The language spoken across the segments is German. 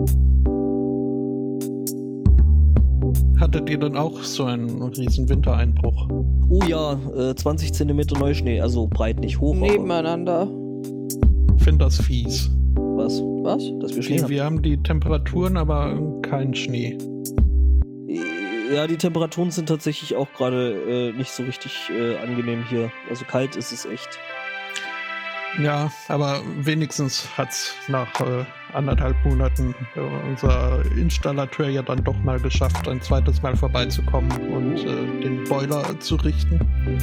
Hattet ihr dann auch so einen riesen Wintereinbruch? Oh ja, 20 Zentimeter Neuschnee, also breit nicht hoch. Nebeneinander. Ich finde das fies. Was? Dass wir Schnee haben? Wir haben die Temperaturen, aber keinen Schnee. Ja, die Temperaturen sind tatsächlich auch gerade nicht so richtig angenehm hier. Also kalt ist es echt. Ja, aber wenigstens hat's nach 1,5 Monaten unser Installateur ja dann doch mal geschafft, ein zweites Mal vorbeizukommen und den Boiler zu richten.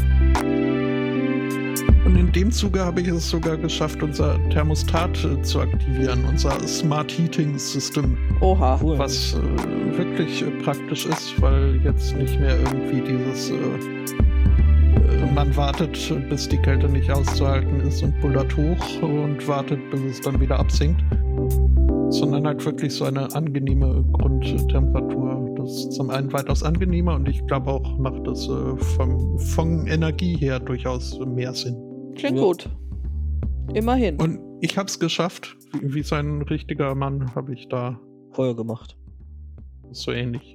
Und in dem Zuge habe ich es sogar geschafft, unser Thermostat zu aktivieren, unser Smart Heating System. Oha. Cool. Was wirklich praktisch ist, weil jetzt nicht mehr irgendwie dieses man wartet, bis die Kälte nicht auszuhalten ist und bullert hoch und wartet, bis es dann wieder absinkt, sondern halt wirklich so eine angenehme Grundtemperatur. Das ist zum einen weitaus angenehmer und ich glaube auch macht das von Energie her durchaus mehr Sinn. Klingt Ja. gut. Immerhin. Und ich habe es geschafft, wie so ein richtiger Mann habe ich da Feuer gemacht. so ähnlich.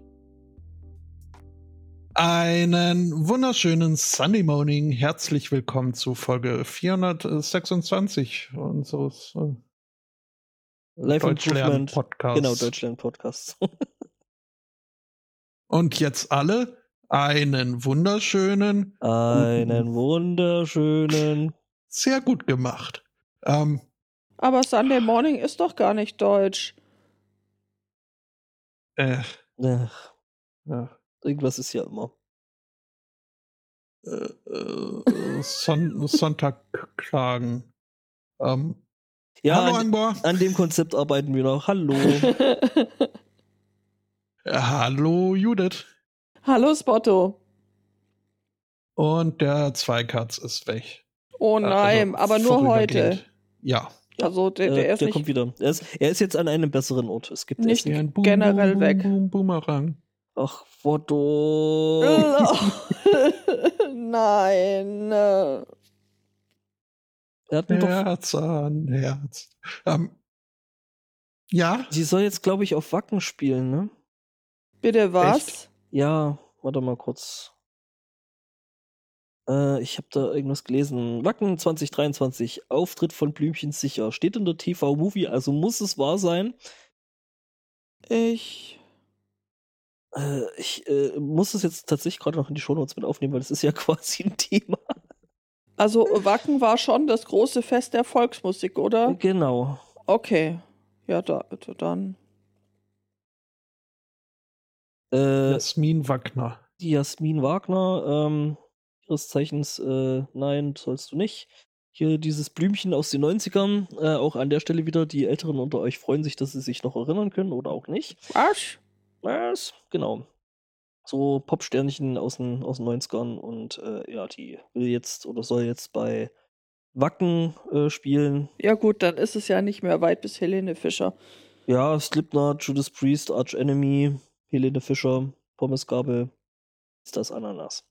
Einen wunderschönen Sunday Morning. Herzlich willkommen zu Folge 426 unseres Live Improvement. Deutschlern-Podcasts. Genau, Deutschland-Podcast. Und jetzt alle einen wunderschönen. Sehr gut gemacht. Aber Sunday Morning ist doch gar nicht deutsch. Ach, Ja. irgendwas ist ja immer. Sonntag klagen. Ja, hallo Angbor. an dem Konzept arbeiten wir noch. Hallo. Hallo Judith. Hallo Spotto. Und der Zweikatz ist weg. Oh nein, Also aber nur heute. vorübergehend. Ja. Also der ist der nicht kommt wieder. Er ist jetzt an einem besseren Ort. Es gibt Nicht- Essen. Ein generell weg. Boomerang. Ach, Foto. Nein. Er hat ihn doch. Herz an Herz. Ja, Sie soll jetzt, glaube ich, auf Wacken spielen, ne? Bitte was? Echt? Ja, warte mal kurz. Ich habe da irgendwas gelesen. Wacken 2023, Auftritt von Blümchen sicher. Steht in der TV-Movie, also muss es wahr sein. Ich muss es jetzt tatsächlich gerade noch in die Shownotes mit aufnehmen, weil das ist ja quasi ein Thema. Also Wacken war schon das große Fest der Volksmusik, oder? Genau. Okay. Ja, dann. Jasmin Wagner. Die Jasmin Wagner, ihres Zeichens, nein, sollst du nicht. Hier dieses Blümchen aus den 90ern, auch an der Stelle wieder, die Älteren unter euch freuen sich, dass sie sich noch erinnern können oder auch nicht. Was? Was? Genau. So Popsternchen aus den 90ern und ja, die will jetzt oder soll jetzt bei Wacken spielen. Ja gut, dann ist es ja nicht mehr weit bis Helene Fischer. Ja, Slipknot, Judas Priest, Arch Enemy, Helene Fischer, Pommesgabel, ist das Ananas.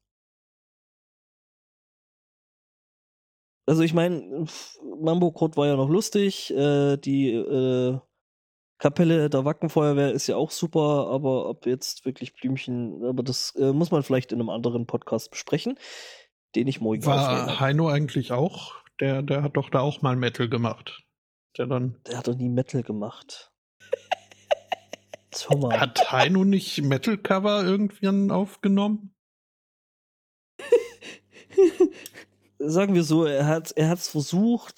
Also ich meine, Mambo Kurt war ja noch lustig, die Kapelle der Wackenfeuerwehr ist ja auch super, aber ob jetzt wirklich Blümchen, aber das muss man vielleicht in einem anderen Podcast besprechen, den ich morgen aufnehme. War Heino eigentlich auch? Der hat doch da auch mal Metal gemacht. Der hat doch nie Metal gemacht. Thomas. Hat Heino nicht Metal-Cover irgendwann aufgenommen? Sagen wir so, er hat's versucht.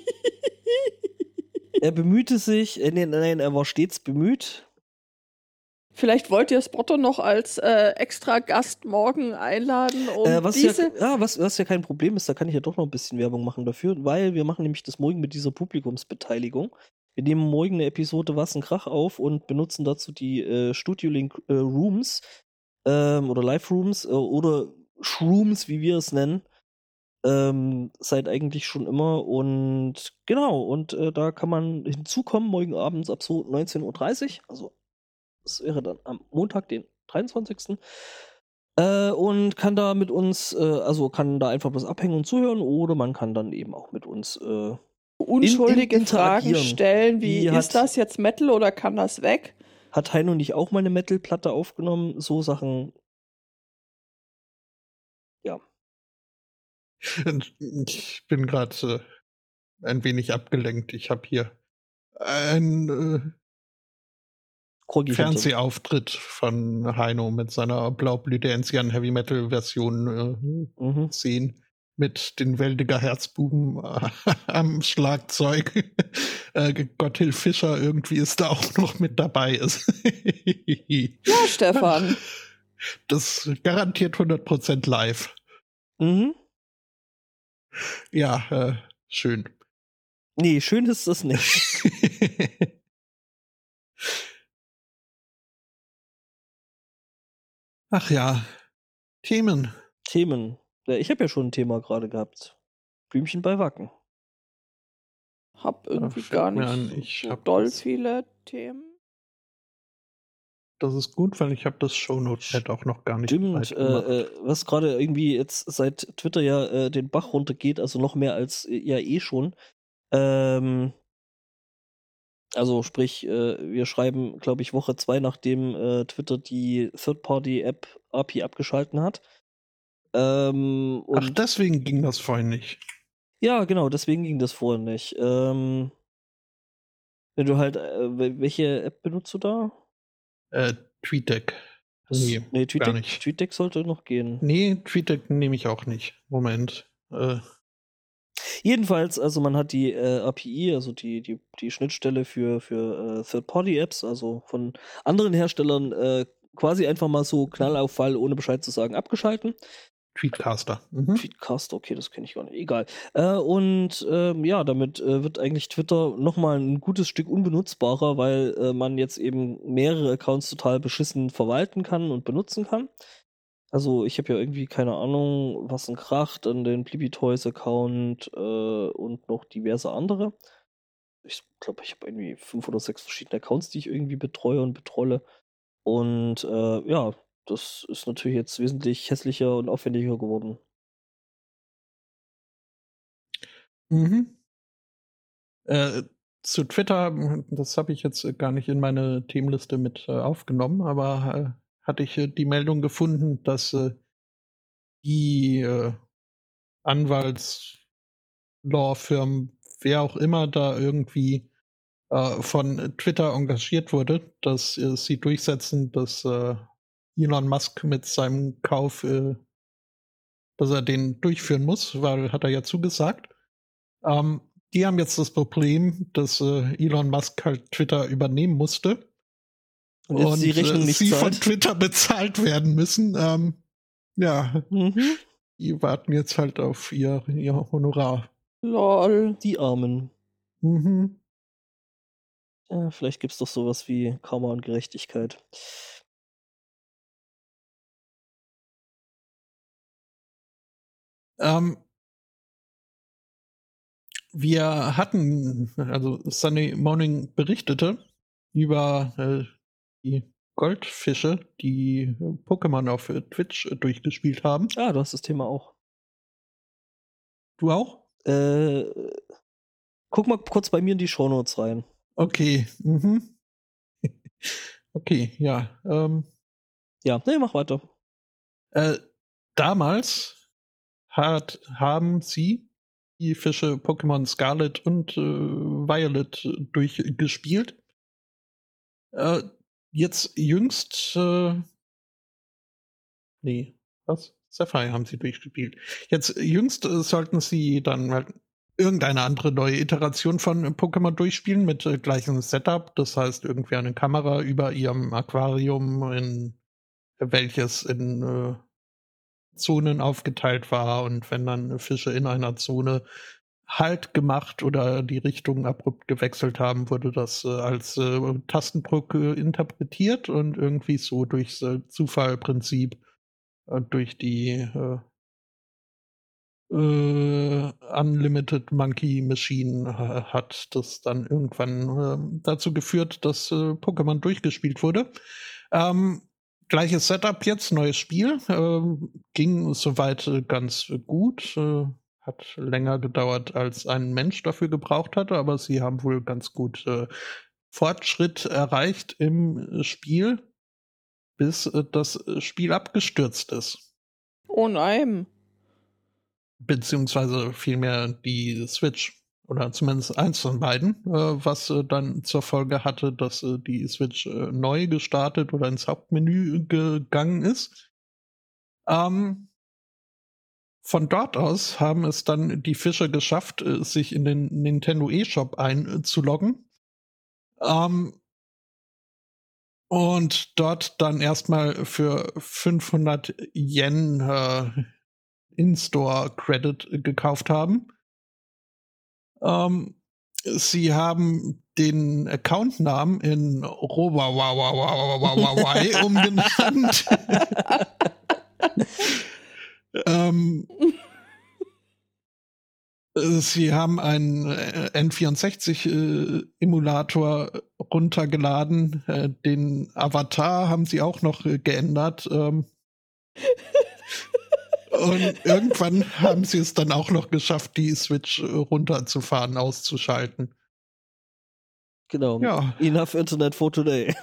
Er bemühte sich, nein, er war stets bemüht. Vielleicht wollt ihr Spotto noch als extra Gast morgen einladen, um was ja kein Problem ist, da kann ich ja doch noch ein bisschen Werbung machen dafür, weil wir machen nämlich das morgen mit dieser Publikumsbeteiligung. Wir nehmen morgen eine Episode Was ein Krach auf und benutzen dazu die Studio Link Rooms oder Live Rooms oder Shrooms, wie wir es nennen. Seit eigentlich schon immer und genau, und da kann man hinzukommen, morgen abends ab so 19:30 Uhr, also das wäre dann am Montag, den 23. Und kann da mit uns, also kann da einfach bloß abhängen und zuhören oder man kann dann eben auch mit uns unschuldige Fragen interagieren. stellen, wie Die ist das jetzt Metal oder kann das weg? Hat Heino nicht auch mal eine Metal-Platte aufgenommen? So Sachen. Ja. Ich bin gerade ein wenig abgelenkt. Ich habe hier einen Corgi Fernsehauftritt von Heino mit seiner Blaublüte Enzian Heavy Metal Version sehen. Mit den Wäldiger Herzbuben am Schlagzeug. Gotthilf Fischer irgendwie ist da auch noch mit dabei. Ja, Stefan. Das garantiert 100% live. Mhm. Ja, schön. Nee, schön ist das nicht. Ach ja, Themen. Ja, ich habe ja schon ein Thema gerade gehabt. Blümchen bei Wacken. Hab irgendwie fällt gar mir nicht ein, ich so hab doll das- viele Themen. Das ist gut, weil ich habe das Shownote-Pad auch noch gar nicht Stimmt, bereit gemacht. was gerade irgendwie jetzt seit Twitter ja den Bach runtergeht, also noch mehr als ja eh schon. Also sprich, wir schreiben, glaube ich, Woche 2, nachdem Twitter die Third-Party-App API abgeschalten hat. Ach, Und deswegen ging das vorhin nicht. ja, genau, deswegen ging das vorhin nicht. Wenn du halt, welche App benutzt du da? TweetDeck. Nee, gar TweetDeck, nicht. TweetDeck sollte noch gehen. Nee, TweetDeck nehme ich auch nicht. Moment. Jedenfalls, also man hat die API, also die Schnittstelle für Third-Party-Apps, also von anderen Herstellern, quasi einfach mal so Knall auf Fall, ohne Bescheid zu sagen, abgeschalten. Tweetcaster. Tweetcaster, okay, das kenne ich gar nicht. Egal. Ja, damit wird eigentlich Twitter nochmal ein gutes Stück unbenutzbarer, weil man jetzt eben mehrere Accounts total beschissen verwalten kann und benutzen kann. Also ich habe ja irgendwie keine Ahnung, was ein Krach, dann den Blippi Toys Account und noch diverse andere. Ich glaube, ich habe irgendwie 5 oder 6 verschiedene Accounts, die ich irgendwie betreue und betrolle. Und ja, das ist natürlich jetzt wesentlich hässlicher und aufwendiger geworden. Zu Twitter, das habe ich jetzt gar nicht in meine Themenliste mit aufgenommen, aber hatte ich die Meldung gefunden, dass die Anwaltslawfirmen, wer auch immer da irgendwie von Twitter engagiert wurde, dass sie durchsetzen, dass Elon Musk mit seinem Kauf, dass er den durchführen muss, weil hat er ja zugesagt. Die haben jetzt das Problem, dass Elon Musk halt Twitter übernehmen musste. Und jetzt die Rechnung nicht sie zahlt. von Twitter bezahlt werden müssen. Ja, die warten jetzt halt auf ihr Honorar. Lol. Die Armen. Ja, vielleicht gibt's doch sowas wie Karma und Gerechtigkeit. Wir hatten, also Sunday Morning berichtete über die Goldfische, die Pokémon auf Twitch durchgespielt haben. Ah, du hast das Thema auch. Du auch? Guck mal kurz bei mir in die Shownotes rein. Okay. Okay, ja. Ja, nee, mach weiter. Damals haben sie die Fische Pokémon Scarlet und Violet durchgespielt. Jetzt jüngst Sapphire haben sie durchgespielt. Jetzt jüngst sollten sie dann halt irgendeine andere neue Iteration von Pokémon durchspielen mit gleichem Setup. Das heißt, irgendwie eine Kamera über ihrem Aquarium, welches in Zonen aufgeteilt war, und wenn dann Fische in einer Zone Halt gemacht oder die Richtung abrupt gewechselt haben, wurde das als Tastendruck interpretiert und irgendwie so durchs Zufallprinzip durch die Unlimited Monkey Machine hat das dann irgendwann dazu geführt, dass Pokémon durchgespielt wurde. Gleiches Setup jetzt, neues Spiel. Ging soweit ganz gut. hat länger gedauert, als ein Mensch dafür gebraucht hatte, aber sie haben wohl ganz gut Fortschritt erreicht im Spiel, bis das Spiel abgestürzt ist. Oh nein. Beziehungsweise vielmehr die Switch. Oder zumindest eins von beiden, was dann zur Folge hatte, dass die Switch neu gestartet oder ins Hauptmenü gegangen ist. Von dort aus haben es dann die Fischer geschafft, sich in den Nintendo eShop einzuloggen. Und dort dann erstmal für 500 Yen In-Store-Credit gekauft haben. Sie haben den Accountnamen in Robawawawawawawai umgenannt. Sie haben einen N64-Emulator runtergeladen. Den Avatar haben sie auch noch geändert. Und irgendwann haben sie es dann auch noch geschafft, die Switch runterzufahren, auszuschalten. Genau. Ja. Enough Internet for today.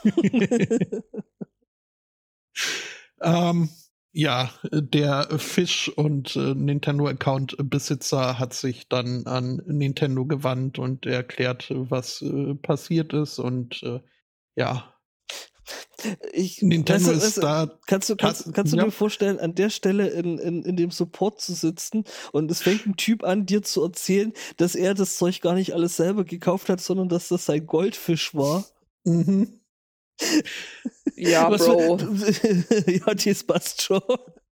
Ja, der Fish- und Nintendo-Account-Besitzer hat sich dann an Nintendo gewandt und erklärt, was passiert ist. Und ja. Nintendo ist da. Kannst du dir vorstellen, an der Stelle in dem Support zu sitzen und es fängt ein Typ an, dir zu erzählen, dass er das Zeug gar nicht alles selber gekauft hat, sondern dass das sein Goldfisch war? Mhm. Ja, Bro. Ja, das passt schon.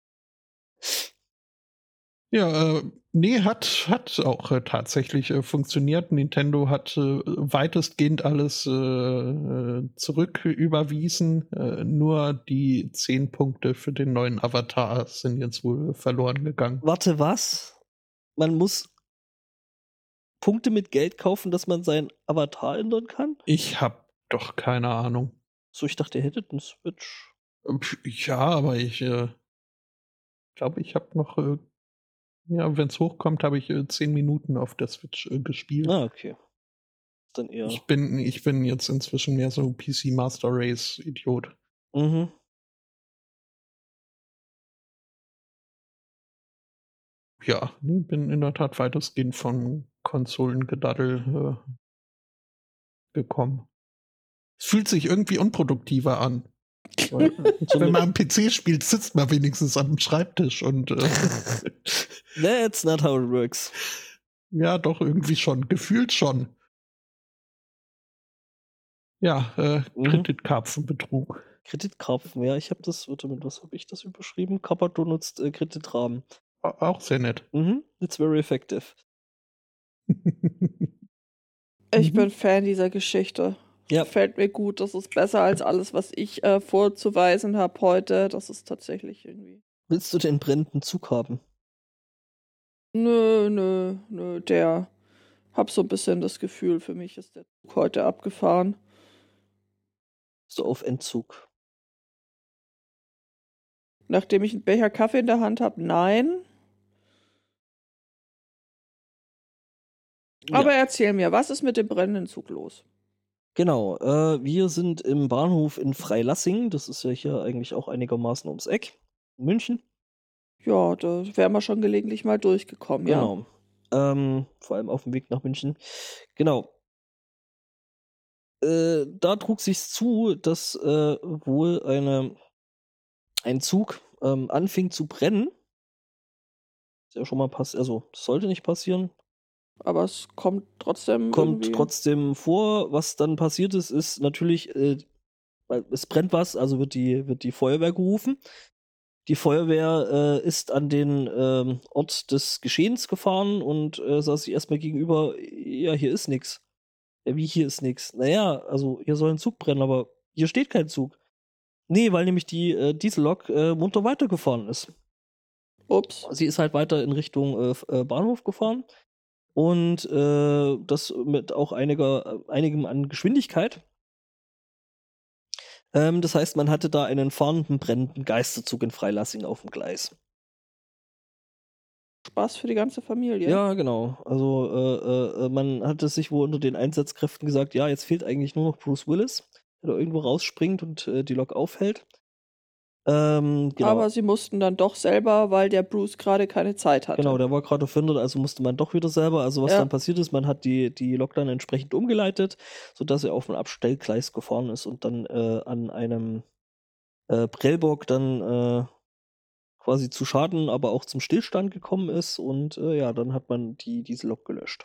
Ja, nee, hat auch tatsächlich funktioniert. Nintendo hat weitestgehend alles zurücküberwiesen. Nur die 10 Punkte für den neuen Avatar sind jetzt wohl verloren gegangen. Warte, was? Man muss Punkte mit Geld kaufen, dass man seinen Avatar ändern kann? Ich hab doch keine Ahnung. So, ich dachte, ihr hättet einen Switch. Ja, aber ich glaube, ich habe noch ja, wenn es hochkommt, habe ich 10 Minuten auf der Switch gespielt. Ah, okay. Dann eher. Ich bin jetzt inzwischen mehr so PC Master Race Idiot. Mhm. Ja, nee, bin in der Tat weitestgehend von Konsolengedaddel gekommen. Es fühlt sich irgendwie unproduktiver an. Weil, wenn man am PC spielt, sitzt man wenigstens am Schreibtisch und That's not how it works. Ja, doch, irgendwie schon. Gefühlt schon. Ja, Kreditkarpfenbetrug. Kreditkarpfen, ja, ich habe das, mit was habe ich das überschrieben? Kapato nutzt Kreditrahmen. Auch sehr nett. It's very effective. Ich bin Fan dieser Geschichte. Ja. Gefällt mir gut. Das ist besser als alles, was ich vorzuweisen habe heute. Das ist tatsächlich irgendwie. Willst du den brennenden Zug haben? Nö. Hab so ein bisschen das Gefühl, für mich ist der Zug heute abgefahren. So auf Entzug. Nachdem ich einen Becher Kaffee in der Hand habe, nein. Ja. Aber erzähl mir, was ist mit dem brennenden Zug los? Genau, wir sind im Bahnhof in Freilassing. Das ist ja hier eigentlich auch einigermaßen ums Eck. In München. Ja, da wären wir schon gelegentlich mal durchgekommen, Genau. Vor allem auf dem Weg nach München. Genau. Da trug sich's zu, dass wohl ein Zug anfing zu brennen. Ist ja schon mal passiert, also das sollte nicht passieren. Aber es kommt trotzdem Trotzdem vor. Was dann passiert ist natürlich, weil es brennt was, also wird die Feuerwehr gerufen. Die Feuerwehr ist an den Ort des Geschehens gefahren und sah sich erstmal gegenüber, ja, hier ist nichts. Ja, wie hier ist nichts? Naja, also hier soll ein Zug brennen, aber hier steht kein Zug. Nee, weil nämlich die Diesellok munter weitergefahren ist. Ups. Sie ist halt weiter in Richtung Bahnhof gefahren. Und das mit auch einigem an Geschwindigkeit. Das heißt, man hatte da einen fahrenden, brennenden Geisterzug in Freilassing auf dem Gleis. Spaß für die ganze Familie. Ja, genau. Also man hat es sich wohl unter den Einsatzkräften gesagt, ja, jetzt fehlt eigentlich nur noch Bruce Willis, der da irgendwo rausspringt und die Lok aufhält. Genau. Aber sie mussten dann doch selber, weil der Bruce gerade keine Zeit hatte. Genau, der war gerade verhindert, also musste man doch wieder selber. Also was Ja. dann passiert ist, man hat die Lok dann entsprechend umgeleitet, sodass er auf ein Abstellgleis gefahren ist und dann an einem Prellbock dann quasi zu Schaden, aber auch zum Stillstand gekommen ist und ja, dann hat man diese Lok gelöscht.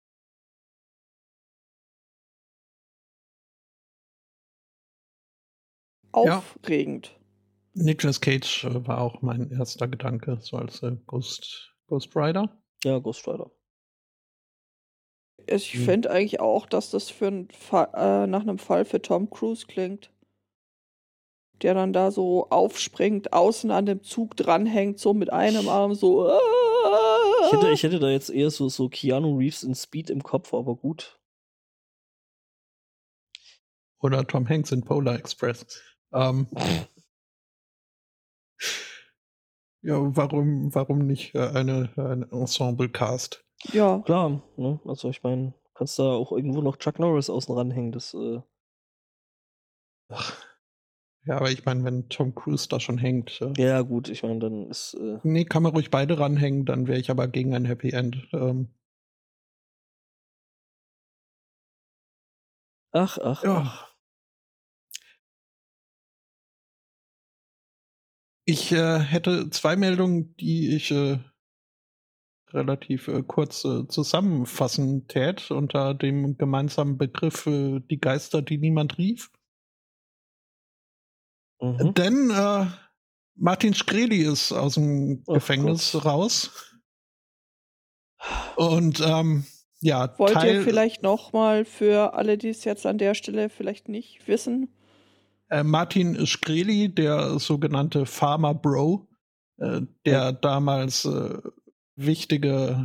Aufregend. Nicolas Cage war auch mein erster Gedanke, so als Ghost Rider. Ja, Ghost Rider. Ich finde eigentlich auch, dass das für nach einem Fall für Tom Cruise klingt. Der dann da so aufspringt, außen an dem Zug dranhängt, so mit einem Arm so. Ich hätte da jetzt eher so Keanu Reeves in Speed im Kopf, aber gut. Oder Tom Hanks in Polar Express. Ja, warum nicht ein Ensemble-Cast? Ja. Klar, ne? Also ich meine, kannst da auch irgendwo noch Chuck Norris außen ranhängen, das Ja, aber ich meine, wenn Tom Cruise da schon hängt. Ja, gut, ich meine, dann ist. Nee, kann man ruhig beide ranhängen, dann wäre ich aber gegen ein Happy End. Ach. Ich hätte 2 Meldungen, die ich relativ kurz zusammenfassen tät unter dem gemeinsamen Begriff die Geister, die niemand rief. Mhm. Denn Martin Shkreli ist aus dem Gefängnis raus. Und ja, wollt ihr vielleicht noch mal für alle, die es jetzt an der Stelle vielleicht nicht wissen? Martin Shkreli, der sogenannte Pharma Bro, der damals wichtige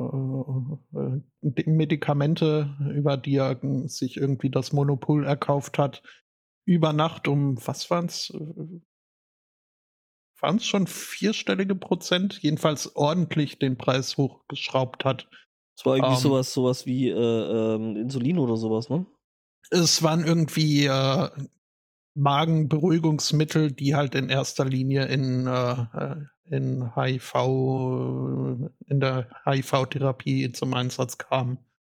Medikamente, über die er sich irgendwie das Monopol erkauft hat, über Nacht was waren's? Waren es schon 4-stellige Prozent? Jedenfalls ordentlich den Preis hochgeschraubt hat. Es war irgendwie sowas wie Insulin oder sowas, ne? Es waren irgendwie Magenberuhigungsmittel, die halt in erster Linie in HIV, in der HIV-Therapie zum Einsatz kamen.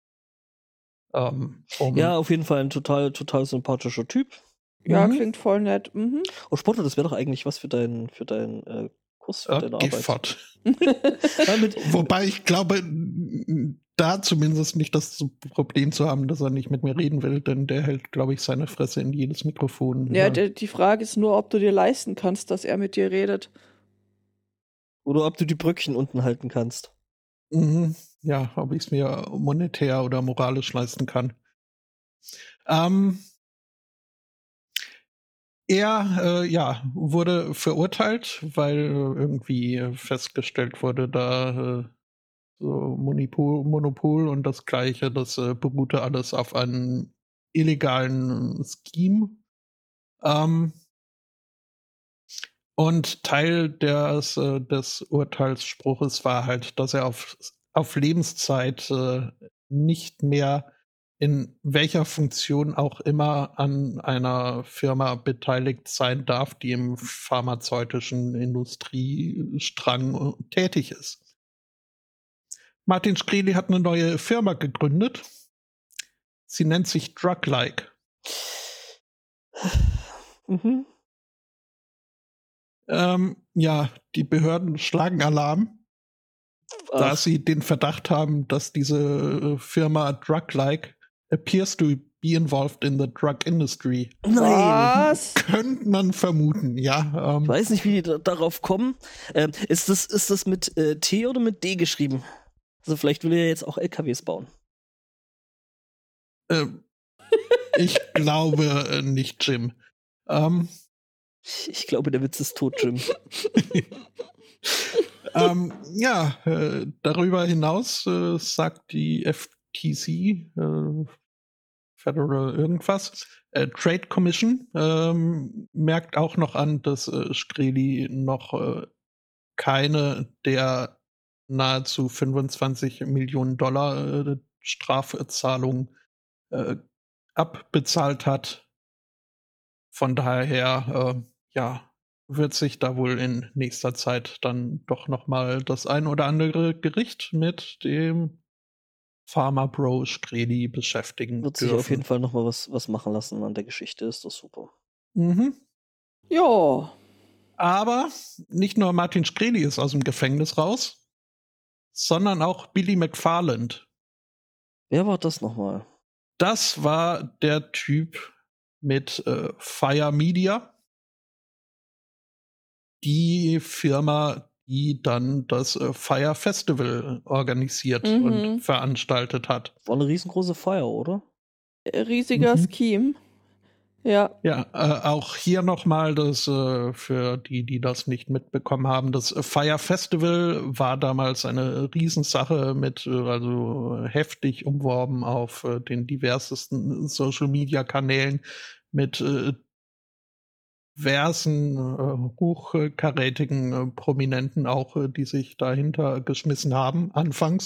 Ja, auf jeden Fall ein total sympathischer Typ. Ja, klingt voll nett. Mhm. Oh, Spotto, das wäre doch eigentlich was für deinen Kurs, für deine Arbeit. Fort. Wobei ich glaube, da zumindest nicht das Problem zu haben, dass er nicht mit mir reden will, denn der hält, glaube ich, seine Fresse in jedes Mikrofon. Ja, die Frage ist nur, ob du dir leisten kannst, dass er mit dir redet. Oder ob du die Bröckchen unten halten kannst. Mhm. Ja, ob ich es mir monetär oder moralisch leisten kann. Er wurde verurteilt, weil irgendwie festgestellt wurde, da so Monopol und das Gleiche, das beruhte alles auf einem illegalen Scheme. Und Teil des Urteilsspruches war halt, dass er auf Lebenszeit nicht mehr in welcher Funktion auch immer an einer Firma beteiligt sein darf, die im pharmazeutischen Industriestrang tätig ist. Martin Shkreli hat eine neue Firma gegründet. Sie nennt sich Drug-like. Mhm. Ja, die Behörden schlagen Alarm, da sie den Verdacht haben, dass diese Firma Drug-like appears to be involved in the drug industry. Nein. Was? Könnte man vermuten, ja. Ich weiß nicht, wie die darauf kommen. Ist das mit T oder mit D geschrieben? Also vielleicht will er jetzt auch LKWs bauen. Ich glaube nicht, Jim. Ich glaube, der Witz ist tot, Jim. Darüber hinaus sagt die FTC, Federal irgendwas, Trade Commission, merkt auch noch an, dass Shkreli noch keine der nahezu 25 Millionen Dollar Strafzahlung abbezahlt hat. Von daher, ja, wird sich da wohl in nächster Zeit dann doch noch mal das ein oder andere Gericht mit dem Pharma Bro Shkreli beschäftigen Wird sich auf jeden dürfen. Fall noch mal was machen lassen an der Geschichte, ist doch super. Mhm. Ja. Aber nicht nur Martin Shkreli ist aus dem Gefängnis raus, sondern auch Billy McFarland. Wer war das nochmal? Das war der Typ mit Fire Media. Die Firma, die dann das Fire Festival organisiert und veranstaltet hat. War eine riesengroße Feier, oder? Riesiger Scheme. Ja. Ja, auch hier nochmal das für die das nicht mitbekommen haben. Das Fire Festival war damals eine Riesensache mit also heftig umworben auf den diversesten Social-Media-Kanälen mit diversen hochkarätigen Prominenten auch, die sich dahinter geschmissen haben, anfangs.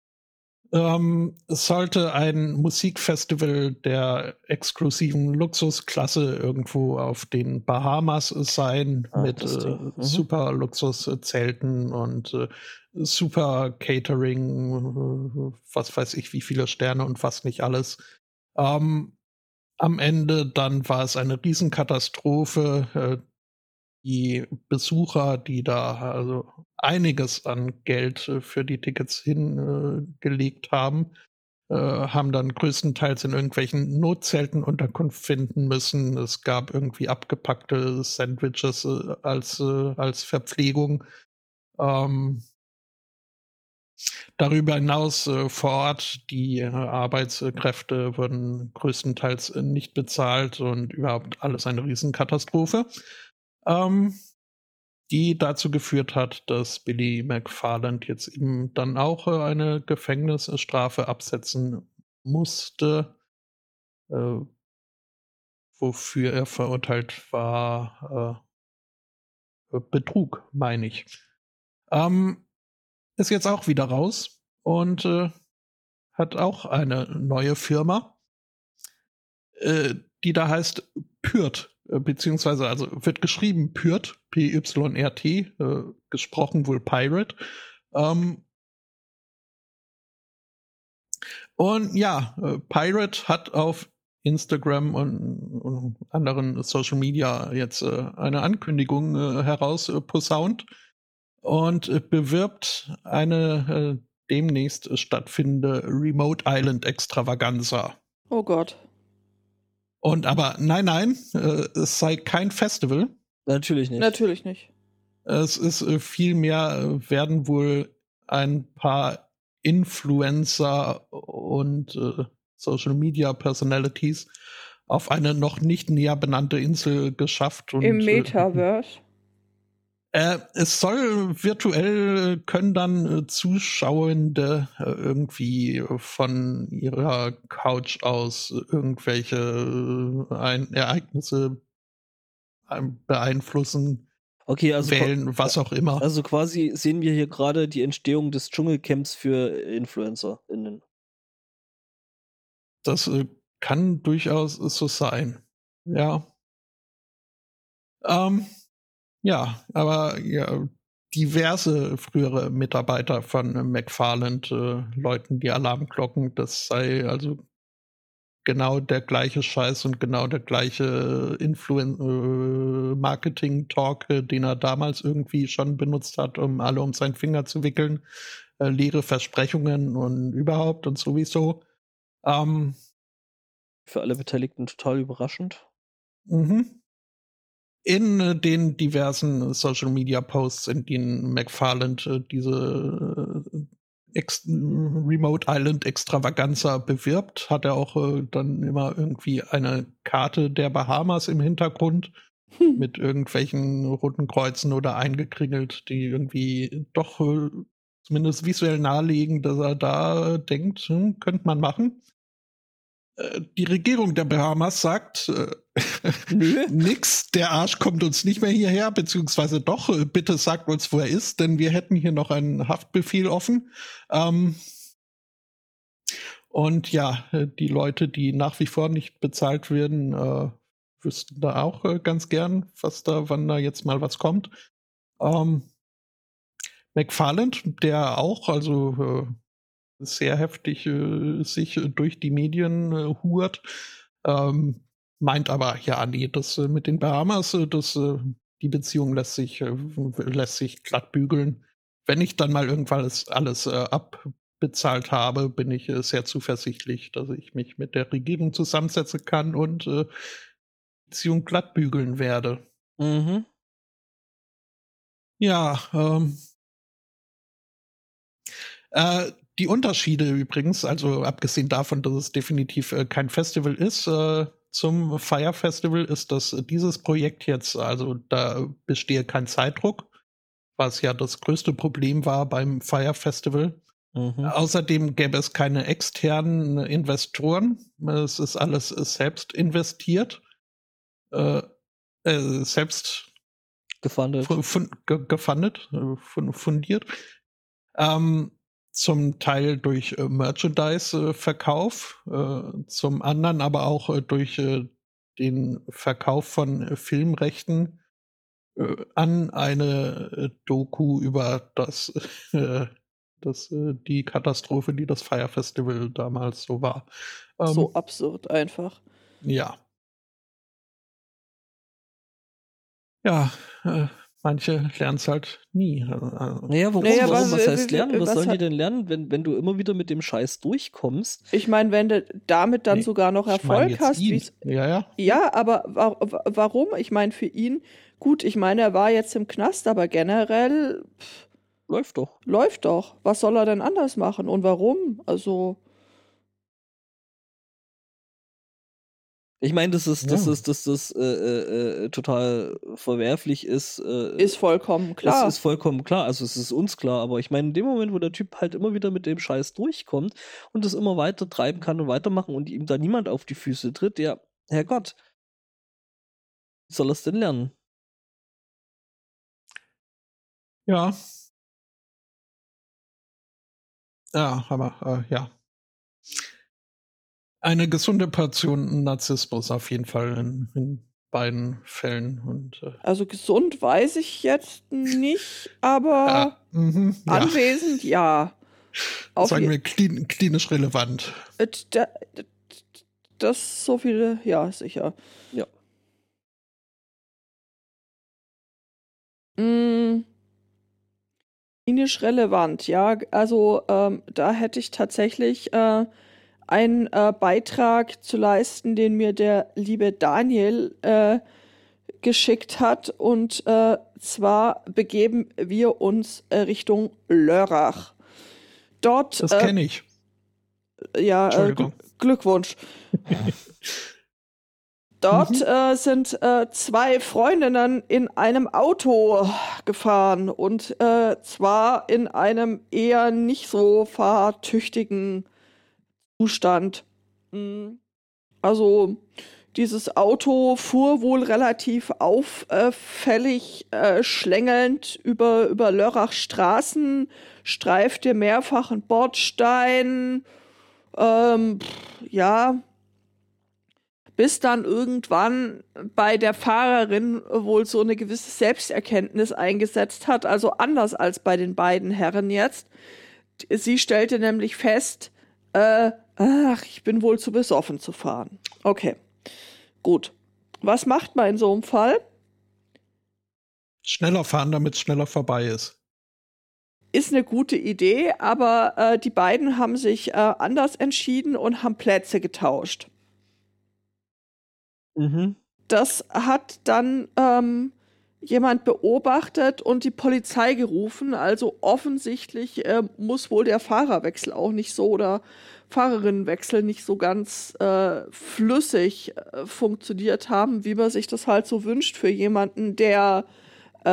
Es sollte ein Musikfestival der exklusiven Luxusklasse irgendwo auf den Bahamas sein, mit super Luxuszelten und super Catering, was weiß ich, wie viele Sterne und fast nicht alles. Am Ende dann war es eine Riesenkatastrophe. Die Besucher, die da also einiges an Geld für die Tickets hingelegt haben, haben dann größtenteils in irgendwelchen Notzelten Unterkunft finden müssen. Es gab irgendwie abgepackte Sandwiches als Verpflegung. Darüber hinaus vor Ort, die Arbeitskräfte wurden größtenteils nicht bezahlt und überhaupt alles eine Riesenkatastrophe, die dazu geführt hat, dass Billy McFarland jetzt eben dann auch eine Gefängnisstrafe absetzen musste, wofür er verurteilt war, Betrug, meine ich. Ist jetzt auch wieder raus und hat auch eine neue Firma, die da heißt Pyrt, beziehungsweise also wird geschrieben Pyrt, P-Y-R-T, gesprochen wohl Pirate. Und ja, Pirate hat auf Instagram und anderen Social Media jetzt eine Ankündigung herausposaunt und bewirbt eine demnächst stattfindende Remote Island Extravaganza. Oh Gott. Und aber nein, es sei kein Festival. Natürlich nicht. Natürlich nicht. Es ist vielmehr werden wohl ein paar Influencer und Social Media Personalities auf eine noch nicht näher benannte Insel geschafft. Und, im Metaverse? Es soll virtuell können dann Zuschauende irgendwie von ihrer Couch aus irgendwelche Ereignisse beeinflussen, okay, also wählen, was auch immer. Also quasi sehen wir hier gerade die Entstehung des Dschungelcamps für InfluencerInnen. Das kann durchaus so sein. Ja. Ja, aber ja, diverse frühere Mitarbeiter von McFarland läuten die Alarmglocken. Das sei also genau der gleiche Scheiß und genau der gleiche Marketing-Talk, den er damals irgendwie schon benutzt hat, um alle um seinen Finger zu wickeln. Leere Versprechungen und überhaupt und sowieso. Für alle Beteiligten total überraschend. In den diversen Social-Media-Posts, in denen McFarland diese Remote Island Extravaganza bewirbt, hat er auch dann immer irgendwie eine Karte der Bahamas im Hintergrund mit irgendwelchen roten Kreuzen oder eingekringelt, die irgendwie doch zumindest visuell nahelegen, dass er da denkt, könnte man machen. Die Regierung der Bahamas sagt, Nö. nix, der Arsch kommt uns nicht mehr hierher, beziehungsweise doch, bitte sagt uns, wo er ist, denn wir hätten hier noch einen Haftbefehl offen. Und ja, die Leute, die nach wie vor nicht bezahlt werden, wüssten da auch ganz gern, wann da jetzt mal was kommt. McFarland, der auch, also sehr heftig sich durch die Medien hurt, meint aber, ja, nee, das mit den Bahamas, die Beziehung lässt sich glatt bügeln. Wenn ich dann mal irgendwann alles abbezahlt habe, bin ich sehr zuversichtlich, dass ich mich mit der Regierung zusammensetzen kann und Beziehung glatt bügeln werde. Mhm. Ja, die Unterschiede übrigens, also abgesehen davon, dass es definitiv kein Festival ist, zum Fire Festival ist, dass dieses Projekt jetzt, also da bestehe kein Zeitdruck, was ja das größte Problem war beim Fire Festival. Mhm. Außerdem gäbe es keine externen Investoren. Es ist alles selbst investiert, selbst Gefundet. fundiert. Zum Teil durch Merchandise-Verkauf, zum anderen aber auch durch den Verkauf von Filmrechten an eine Doku über die Katastrophe, die das Fire Festival damals so war. So absurd einfach. Ja. Ja, manche lernen es halt nie. Naja, warum? Naja, Was was- heißt lernen? Was was sollen die hat- denn lernen, wenn du immer wieder mit dem Scheiß durchkommst? Ich meine, wenn du damit dann Nee, sogar noch ich mein Erfolg jetzt hast, ihn. wie's. Ja. Ja, aber warum? Ich meine, für ihn, gut, ich meine, er war jetzt im Knast, aber generell Läuft doch. läuft doch. Was soll er denn anders machen und warum? Also, Ich meine, dass das Ja. total verwerflich ist. ist vollkommen klar. Das ist vollkommen klar. Also es ist uns klar. Aber ich meine, in dem Moment, wo der Typ halt immer wieder mit dem Scheiß durchkommt und das immer weiter treiben kann und weitermachen und ihm da niemand auf die Füße tritt, ja, Herrgott. Wie soll er es denn lernen? Ja. Ja, aber ja. Eine gesunde Portion Narzissmus auf jeden Fall in beiden Fällen. Und Also gesund weiß ich jetzt nicht, aber ja. anwesend, ja. Auf Sagen je- wir klinisch relevant. Das so viele, ja, sicher. Ja. Klinisch relevant, ja. Also da hätte ich tatsächlich einen Beitrag zu leisten, den mir der liebe Daniel geschickt hat. Und zwar begeben wir uns Richtung Lörrach. Dort, Das kenne ich. ja, Entschuldigung. Glückwunsch. Dort sind zwei Freundinnen in einem Auto gefahren und zwar in einem eher nicht so fahrtüchtigen Zustand. Also dieses Auto fuhr wohl relativ auffällig schlängelnd über Lörrach Straßen, streifte mehrfach einen Bordstein, ja, bis dann irgendwann bei der Fahrerin wohl so eine gewisse Selbsterkenntnis eingesetzt hat, also anders als bei den beiden Herren jetzt. Sie stellte nämlich fest, ich bin wohl zu besoffen zu fahren. Okay, gut. Was macht man in so einem Fall? Schneller fahren, damit es schneller vorbei ist. Ist eine gute Idee, aber die beiden haben sich anders entschieden und haben Plätze getauscht. Mhm. Das hat dann jemand beobachtet und die Polizei gerufen. Also offensichtlich muss wohl der Fahrerwechsel auch nicht so oder Fahrerinnenwechsel nicht so ganz flüssig funktioniert haben, wie man sich das halt so wünscht für jemanden, der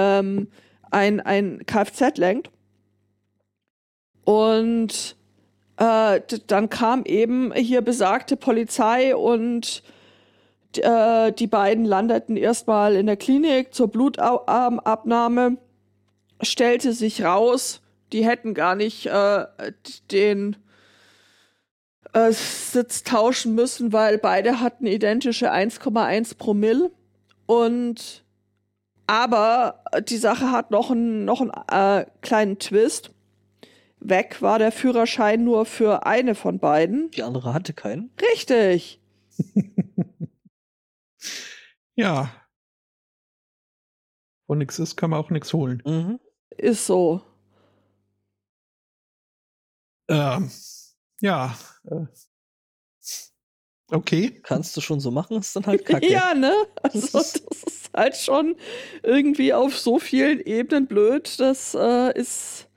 ein Kfz lenkt. Und Dann kam eben hier besagte Polizei und die beiden landeten erstmal in der Klinik zur Blutabnahme. Stellte sich raus, die hätten gar nicht den Sitz tauschen müssen, weil beide hatten identische 1,1 Promille. Aber die Sache hat noch einen kleinen Twist. Weg war der Führerschein nur für eine von beiden. Die andere hatte keinen. Richtig. Ja. Wo nichts ist, kann man auch nichts holen. Mhm. Ist so. Ja. Okay. Kannst du schon so machen, ist dann halt kacke. Ja, ne? Also das ist halt schon irgendwie auf so vielen Ebenen blöd. Das ist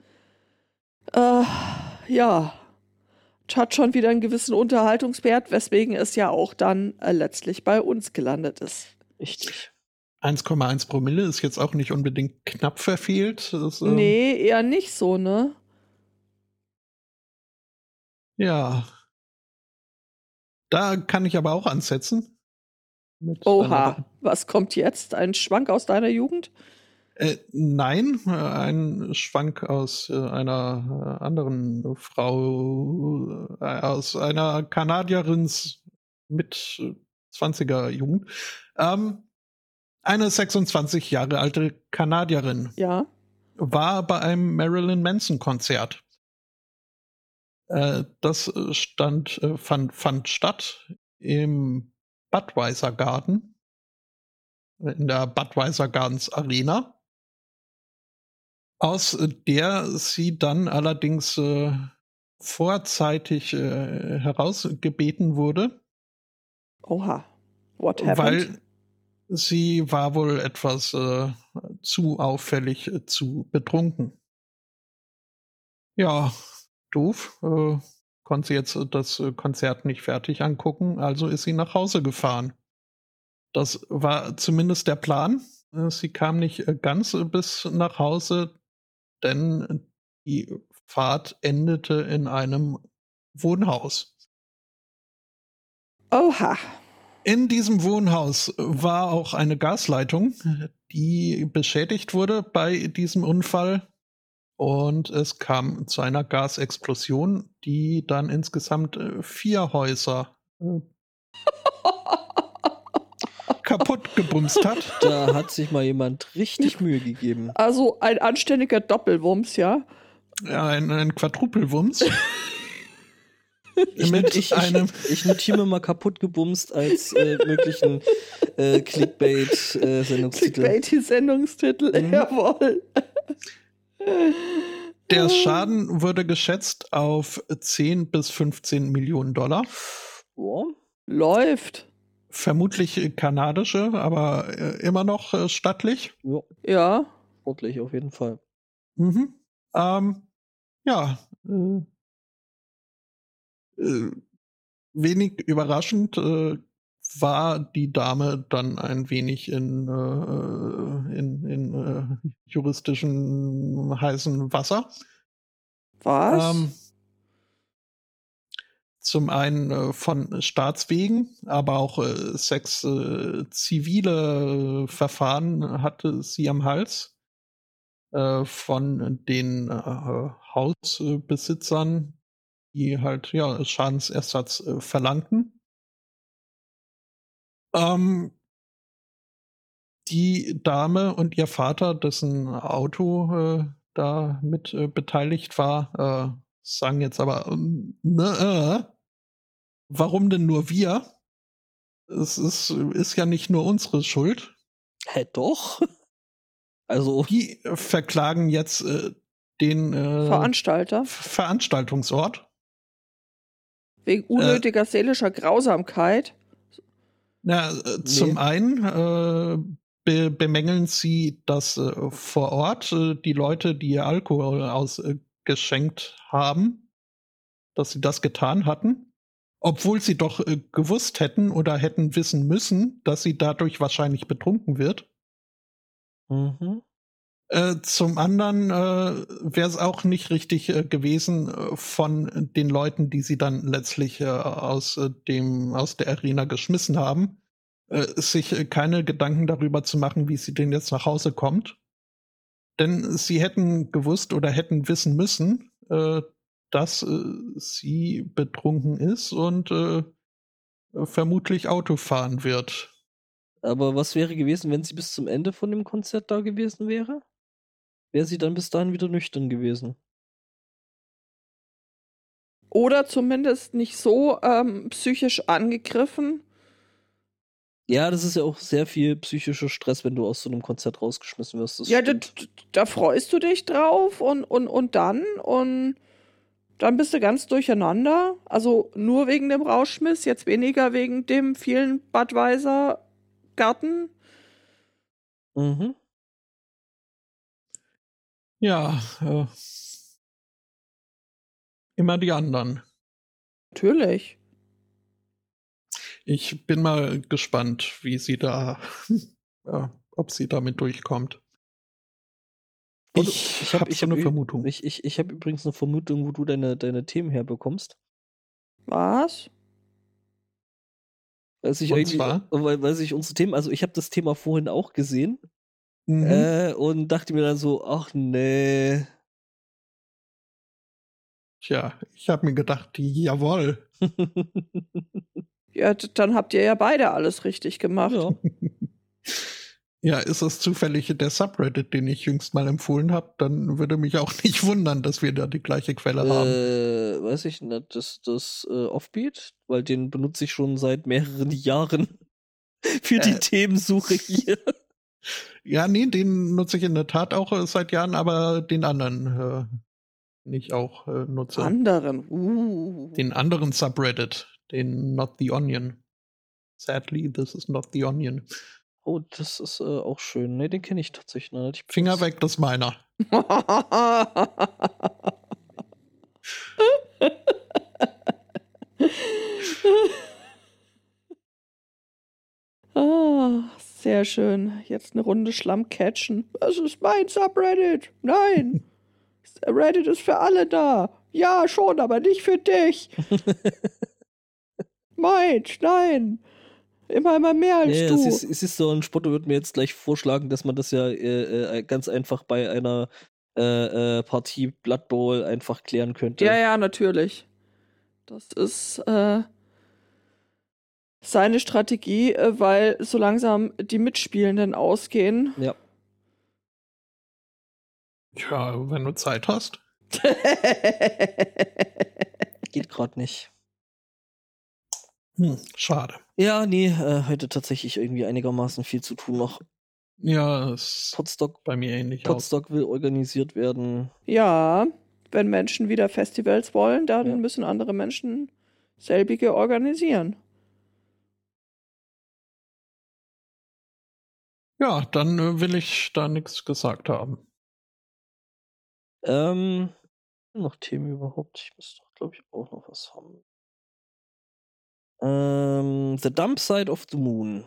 ja, hat schon wieder einen gewissen Unterhaltungswert, weswegen es ja auch dann letztlich bei uns gelandet ist. Richtig. 1,1 Promille ist jetzt auch nicht unbedingt knapp verfehlt. Das, Nee, eher nicht so, ne? Ja. Da kann ich aber auch ansetzen. Oha, was kommt jetzt? Ein Schwank aus deiner Jugend? Nein, ein Schwank aus einer anderen Frau, aus einer Kanadierins mit 20er Jugend. Eine 26 Jahre alte Kanadierin. Ja. War bei einem Marilyn Manson Konzert. Das fand statt im Budweiser Garden, in der Budweiser Gardens Arena, aus der sie dann allerdings vorzeitig herausgebeten wurde. Oha, what happened? Weil sie war wohl etwas zu auffällig, zu betrunken. Ja, doof. Konnte sie jetzt das Konzert nicht fertig angucken, also ist sie nach Hause gefahren. Das war zumindest der Plan. Sie kam nicht ganz bis nach Hause, denn die Fahrt endete in einem Wohnhaus. Oha. In diesem Wohnhaus war auch eine Gasleitung, die beschädigt wurde bei diesem Unfall. Und es kam zu einer Gasexplosion, die dann insgesamt 4 Häuser kaputt gebumst hat. Da hat sich mal jemand richtig Mühe gegeben. Also ein anständiger Doppelwumms, ja? Ja, ein Quadrupelwumms. Ich notiere mir mal kaputt gebumst als möglichen Clickbait-Sendungstitel. Clickbait-Sendungstitel, jawohl. Der Schaden wurde geschätzt auf 10 bis 15 Millionen $. Ja. Läuft. Vermutlich kanadische, aber immer noch stattlich. Ja. Sportlich auf jeden Fall. Mhm. Ja. Wenig überraschend war die Dame dann ein wenig in juristischen heißen Wasser. Was? Zum einen von Staatswegen, aber auch 6 zivile Verfahren hatte sie am Hals von den Hausbesitzern, die halt Schadensersatz verlangten. Die Dame und ihr Vater, dessen Auto da mit beteiligt war, sagen jetzt aber, warum denn nur wir? Es ist ja nicht nur unsere Schuld. Hä, doch? Also. Die verklagen jetzt den Veranstaltungsort. Wegen unnötiger seelischer Grausamkeit. Zum einen bemängeln sie, dass vor Ort die Leute, die ihr Alkohol ausgeschenkt haben, dass sie das getan hatten, obwohl sie doch gewusst hätten oder hätten wissen müssen, dass sie dadurch wahrscheinlich betrunken wird. Mhm. Zum anderen wäre es auch nicht richtig gewesen von den Leuten, die sie dann letztlich aus der Arena geschmissen haben, sich keine Gedanken darüber zu machen, wie sie denn jetzt nach Hause kommt. Denn sie hätten gewusst oder hätten wissen müssen, dass sie betrunken ist und vermutlich Auto fahren wird. Aber was wäre gewesen, wenn sie bis zum Ende von dem Konzert da gewesen wäre? Wäre sie dann bis dahin wieder nüchtern gewesen? Oder zumindest nicht so psychisch angegriffen. Ja, das ist ja auch sehr viel psychischer Stress, wenn du aus so einem Konzert rausgeschmissen wirst. Ja, da freust du dich drauf und dann bist du ganz durcheinander. Also nur wegen dem Rauschmiss, jetzt weniger wegen dem vielen Budweiser Garten. Mhm. Ja, immer die anderen. Natürlich. Ich bin mal gespannt, wie sie da, ob sie damit durchkommt. Ich habe so eine Vermutung. Ich habe übrigens eine Vermutung, wo du deine Themen herbekommst. Was? Weil sich unsere Themen, also ich habe das Thema vorhin auch gesehen und dachte mir dann so, ach nee. Tja, ich habe mir gedacht, jawohl. Ja, dann habt ihr ja beide alles richtig gemacht. Ja. Ja, ist es zufällig der Subreddit, den ich jüngst mal empfohlen habe, dann würde mich auch nicht wundern, dass wir da die gleiche Quelle haben. Weiß ich nicht, das Offbeat, weil den benutze ich schon seit mehreren Jahren für die Themensuche hier. Ja, nee, den nutze ich in der Tat auch seit Jahren, aber den anderen, den ich auch nutze. Den anderen Subreddit, den Not the Onion. Sadly, this is not the Onion. Oh, das ist auch schön. Ne, den kenne ich tatsächlich noch nicht. Finger weg, das ist meiner. Sehr schön. Jetzt eine Runde Schlamm catchen. Das ist mein Subreddit. Nein. Reddit ist für alle da. Ja, schon, aber nicht für dich. Meins, nein. Immer mehr als du. Es ist so, ein Spotto wird mir jetzt gleich vorschlagen, dass man das ja ganz einfach bei einer Partie Blood Bowl einfach klären könnte. Ja, natürlich. Das ist seine Strategie, weil so langsam die Mitspielenden ausgehen. Ja. Tja, wenn du Zeit hast. Geht gerade nicht. Schade. Ja, nee, heute tatsächlich irgendwie einigermaßen viel zu tun noch. Ja, es Podstock bei mir ähnlich Podstock will organisiert werden. Ja, wenn Menschen wieder Festivals wollen, dann müssen andere Menschen selbige organisieren. Ja, dann will ich da nichts gesagt haben. Noch Themen überhaupt? Ich müsste doch, glaube ich, auch noch was haben. The Dump Side of the Moon.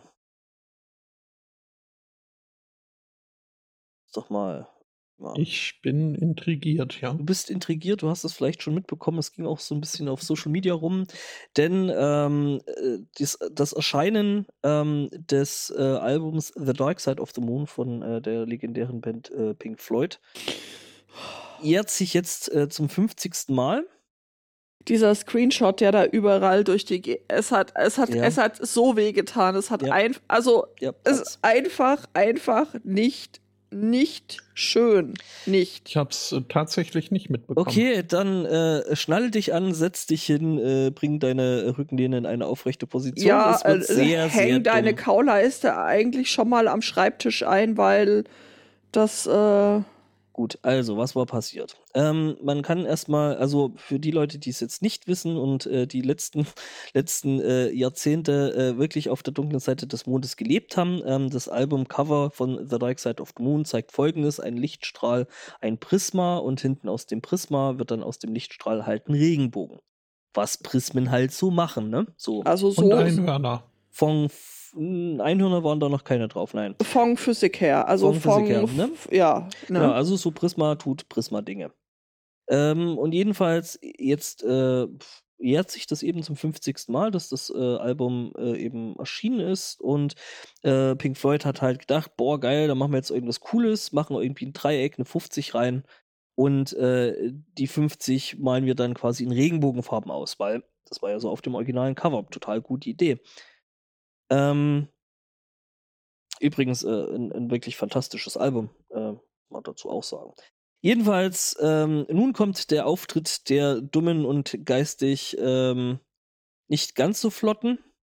Doch mal. Ja. Ich bin intrigiert, ja. Du bist intrigiert, du hast es vielleicht schon mitbekommen, es ging auch so ein bisschen auf Social Media rum, denn das Erscheinen des Albums The Dark Side of the Moon von der legendären Band Pink Floyd jährt sich jetzt zum 50. Mal. Dieser Screenshot, der da überall durch die es hat so wehgetan. Es hat es ist einfach nicht schön. Nicht. Ich hab's tatsächlich nicht mitbekommen. Okay, dann schnall dich an, setz dich hin, bring deine Rückenlehne in eine aufrechte Position. Ja, es wird sehr häng deine dumm. Kauleiste eigentlich schon mal am Schreibtisch ein, weil das Gut, also, was war passiert? Man kann erstmal, also für die Leute, die es jetzt nicht wissen und die letzten Jahrzehnte wirklich auf der dunklen Seite des Mondes gelebt haben, das Albumcover von The Dark Side of the Moon zeigt Folgendes: ein Lichtstrahl, ein Prisma und hinten aus dem Prisma wird dann aus dem Lichtstrahl halt ein Regenbogen. Was Prismen halt so machen, ne? So. Also so und Einhörner. Einhörner waren da noch keine drauf, nein. Von Physik her. Also von Physik her, ne? Ja, ne? Ja, also so Prisma tut Prisma-Dinge. Und jedenfalls, jetzt jährt sich das eben zum 50. Mal, dass das Album eben erschienen ist und Pink Floyd hat halt gedacht, boah, geil, da machen wir jetzt irgendwas Cooles, machen irgendwie ein Dreieck, eine 50 rein und die 50 malen wir dann quasi in Regenbogenfarben aus, weil das war ja so auf dem originalen Cover, total gute Idee. Übrigens ein wirklich fantastisches Album, mal dazu auch sagen. Jedenfalls, nun kommt der Auftritt der dummen und geistig nicht ganz so flotten.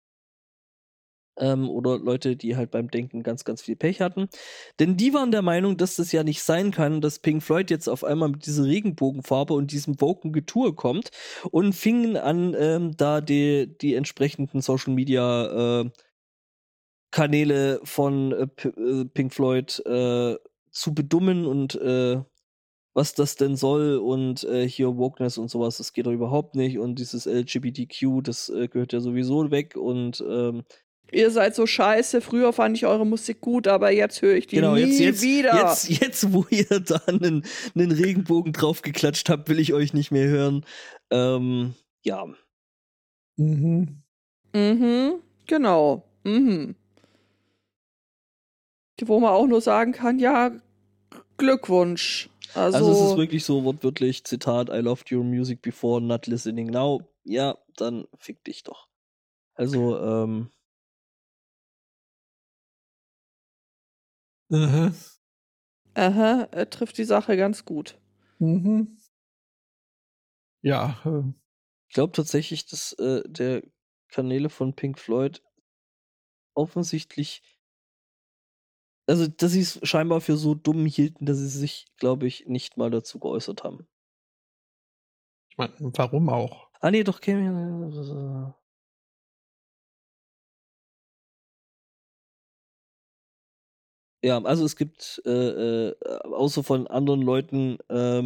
Oder Leute, die halt beim Denken ganz, ganz viel Pech hatten. Denn die waren der Meinung, dass das ja nicht sein kann, dass Pink Floyd jetzt auf einmal mit dieser Regenbogenfarbe und diesem woken Getue kommt und fingen an, da die entsprechenden Social Media Kanäle von Pink Floyd zu bedummen und was das denn soll und hier Wokeness und sowas, das geht doch überhaupt nicht und dieses LGBTQ, das gehört ja sowieso weg und ihr seid so scheiße, früher fand ich eure Musik gut, aber jetzt höre ich die nie wieder. Jetzt, wo ihr da einen Regenbogen draufgeklatscht habt, will ich euch nicht mehr hören. Ja. Genau. Wo man auch nur sagen kann, ja, Glückwunsch. Also es ist wirklich so wortwörtlich, Zitat, I loved your music before, not listening now. Ja, dann fick dich doch. Also, er trifft die Sache ganz gut. Ja. Ich glaube tatsächlich, dass der Kanäle von Pink Floyd offensichtlich, also dass sie es scheinbar für so dumm hielten, dass sie sich, glaube ich, nicht mal dazu geäußert haben. Ich meine, warum auch? Ah nee, doch, ja, also es gibt außer von anderen Leuten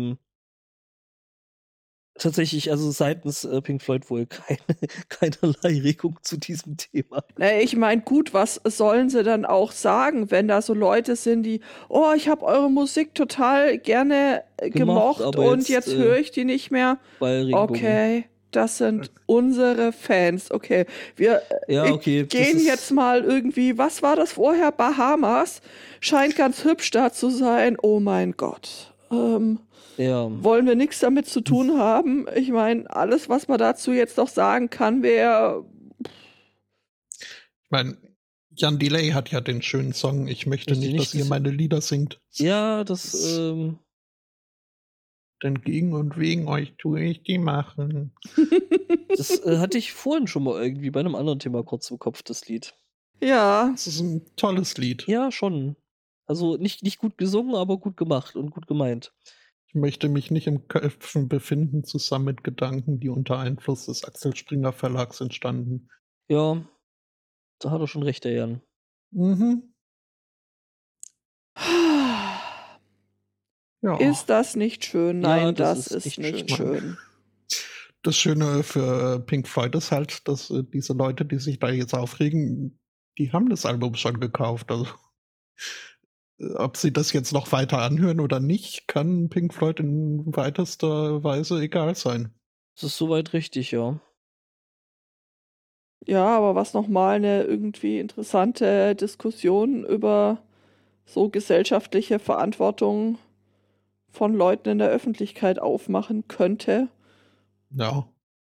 tatsächlich, also seitens Pink Floyd wohl keinerlei Regung zu diesem Thema. Ich meine, gut, was sollen sie dann auch sagen, wenn da so Leute sind, die, oh, ich habe eure Musik total gerne gemocht und jetzt höre ich die nicht mehr. Okay, das sind unsere Fans. Okay, wir gehen jetzt mal irgendwie, was war das vorher? Bahamas? Scheint ganz hübsch da zu sein. Oh mein Gott. Wollen wir nichts damit zu tun haben? Ich meine, alles, was man dazu jetzt noch sagen kann, wäre... Ich meine, Jan Delay hat ja den schönen Song, ich möchte nicht, dass ihr meine Lieder singt. Ja, das... Denn gegen und wegen euch tue ich die machen. Das hatte ich vorhin schon mal irgendwie bei einem anderen Thema kurz im Kopf, das Lied. Ja. Das ist ein tolles Lied. Ja, schon. Also nicht gut gesungen, aber gut gemacht und gut gemeint. Ich möchte mich nicht im Köpfen befinden, zusammen mit Gedanken, die unter Einfluss des Axel Springer Verlags entstanden. Ja, da hat er schon recht, der Jan. Ja. Ist das nicht schön? Nein, ja, das ist nicht schön. Das Schöne für Pink Floyd ist halt, dass diese Leute, die sich da jetzt aufregen, die haben das Album schon gekauft. Also ob sie das jetzt noch weiter anhören oder nicht, kann Pink Floyd in weitester Weise egal sein. Das ist soweit richtig, ja. Ja, aber was nochmal eine irgendwie interessante Diskussion über so gesellschaftliche Verantwortung von Leuten in der Öffentlichkeit aufmachen könnte. Ja.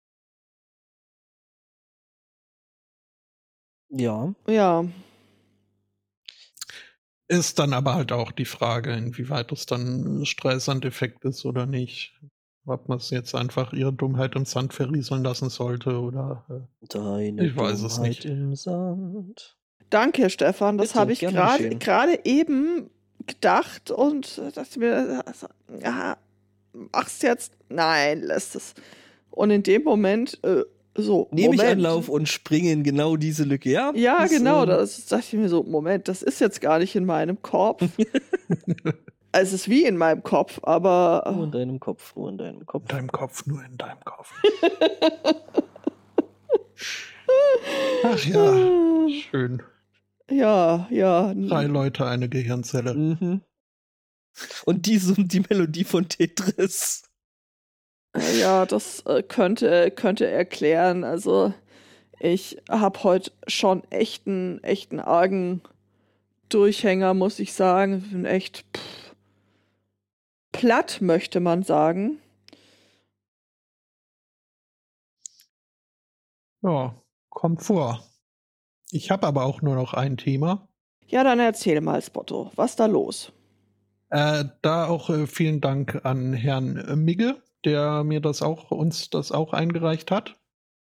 Ja. Ja. Ist dann aber halt auch die Frage, inwieweit es dann ein Streisand-Effekt ist oder nicht. Ob man es jetzt einfach ihre Dummheit im Sand verrieseln lassen sollte oder Deine ich weiß es nicht. Im Sand. Danke, Stefan. Das habe ich gerade eben gedacht und dachte mir, mach's jetzt. Nein, lässt es. Und in dem Moment nehme ich Anlauf und springe in genau diese Lücke, ja? Ja, genau, das dachte ich mir so, Moment, das ist jetzt gar nicht in meinem Kopf. Es ist wie in meinem Kopf, aber... Nur in deinem Kopf, nur in deinem Kopf. In deinem Kopf, nur in deinem Kopf. Ach ja, schön. Ja. 3 Leute, eine Gehirnzelle. Mhm. Und die summt die Melodie von Tetris. Ja, das könnte erklären. Also, ich habe heute schon echten argen Durchhänger, muss ich sagen. Ich bin echt platt, möchte man sagen. Ja, kommt vor. Ich habe aber auch nur noch ein Thema. Ja, dann erzähl mal, Spotto, was da los? Da auch vielen Dank an Herrn Migge, der mir uns das auch eingereicht hat.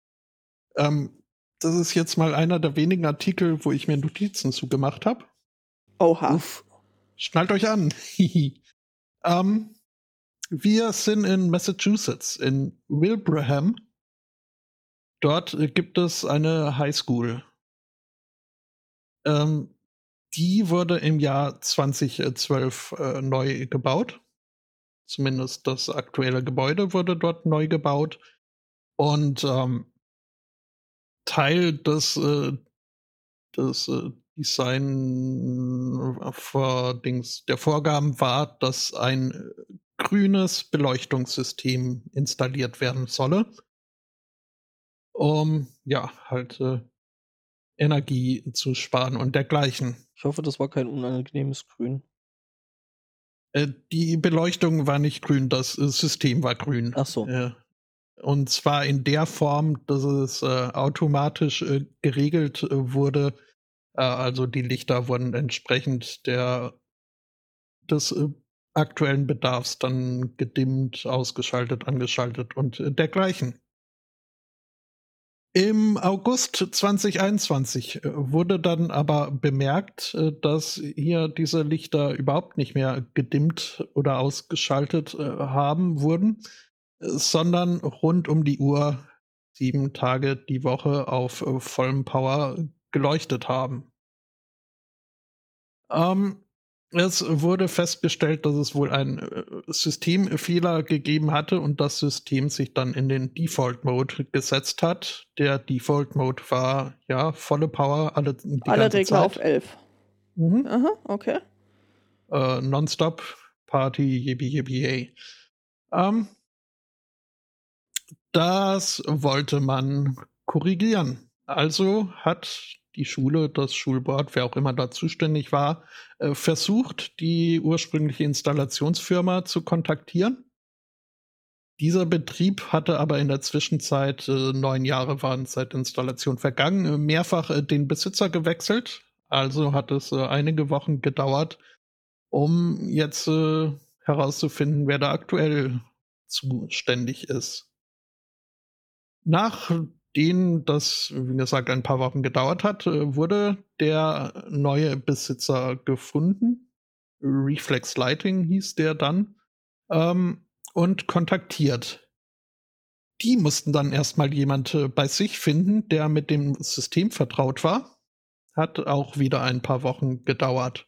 Das ist jetzt mal einer der wenigen Artikel, wo ich mir Notizen zugemacht habe. Oha. Uff. Schnallt euch an. Wir sind in Massachusetts, in Wilbraham. Dort gibt es eine Highschool. Die wurde im Jahr 2012 neu gebaut. Zumindest das aktuelle Gebäude wurde dort neu gebaut. Und Teil des der Vorgaben war, dass ein grünes Beleuchtungssystem installiert werden solle, um Energie zu sparen und dergleichen. Ich hoffe, das war kein unangenehmes Grün. Die Beleuchtung war nicht grün, das System war grün. Ach so. Und zwar in der Form, dass es automatisch geregelt wurde. Also die Lichter wurden entsprechend des aktuellen Bedarfs dann gedimmt, ausgeschaltet, angeschaltet und dergleichen. Im August 2021 wurde dann aber bemerkt, dass hier diese Lichter überhaupt nicht mehr gedimmt oder ausgeschaltet wurden, sondern rund um die Uhr 7 Tage die Woche auf vollem Power geleuchtet haben. Es wurde festgestellt, dass es wohl einen Systemfehler gegeben hatte und das System sich dann in den Default-Mode gesetzt hat. Der Default-Mode war volle Power, alle Regler Zeit. auf 11. Mhm. Aha, okay. Nonstop, Party, yippie. Das wollte man korrigieren. Also hat die Schule, das Schulboard, wer auch immer da zuständig war, versucht, die ursprüngliche Installationsfirma zu kontaktieren. Dieser Betrieb hatte aber in der Zwischenzeit 9 Jahre waren seit Installation vergangen, mehrfach den Besitzer gewechselt. Also hat es einige Wochen gedauert, um jetzt herauszufinden, wer da aktuell zuständig ist. Nachdem das, wie gesagt, ein paar Wochen gedauert hat, wurde der neue Besitzer gefunden. Reflex Lighting hieß der dann. Und kontaktiert. Die mussten dann erstmal jemand bei sich finden, der mit dem System vertraut war. Hat auch wieder ein paar Wochen gedauert.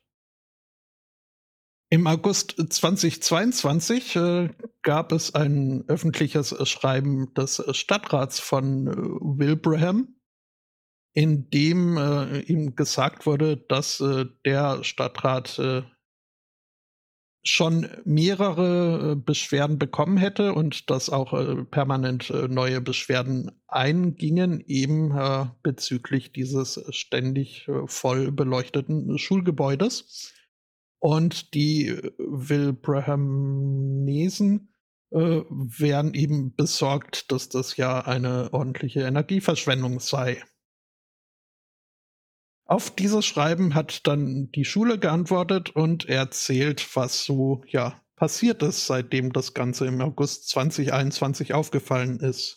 Im August 2022 gab es ein öffentliches Schreiben des Stadtrats von Wilbraham, in dem ihm gesagt wurde, dass der Stadtrat schon mehrere Beschwerden bekommen hätte und dass auch permanent neue Beschwerden eingingen, eben bezüglich dieses ständig voll beleuchteten Schulgebäudes. Und die Wilbrahamnesen wären eben besorgt, dass das ja eine ordentliche Energieverschwendung sei. Auf dieses Schreiben hat dann die Schule geantwortet und erzählt, was so passiert ist, seitdem das Ganze im August 2021 aufgefallen ist.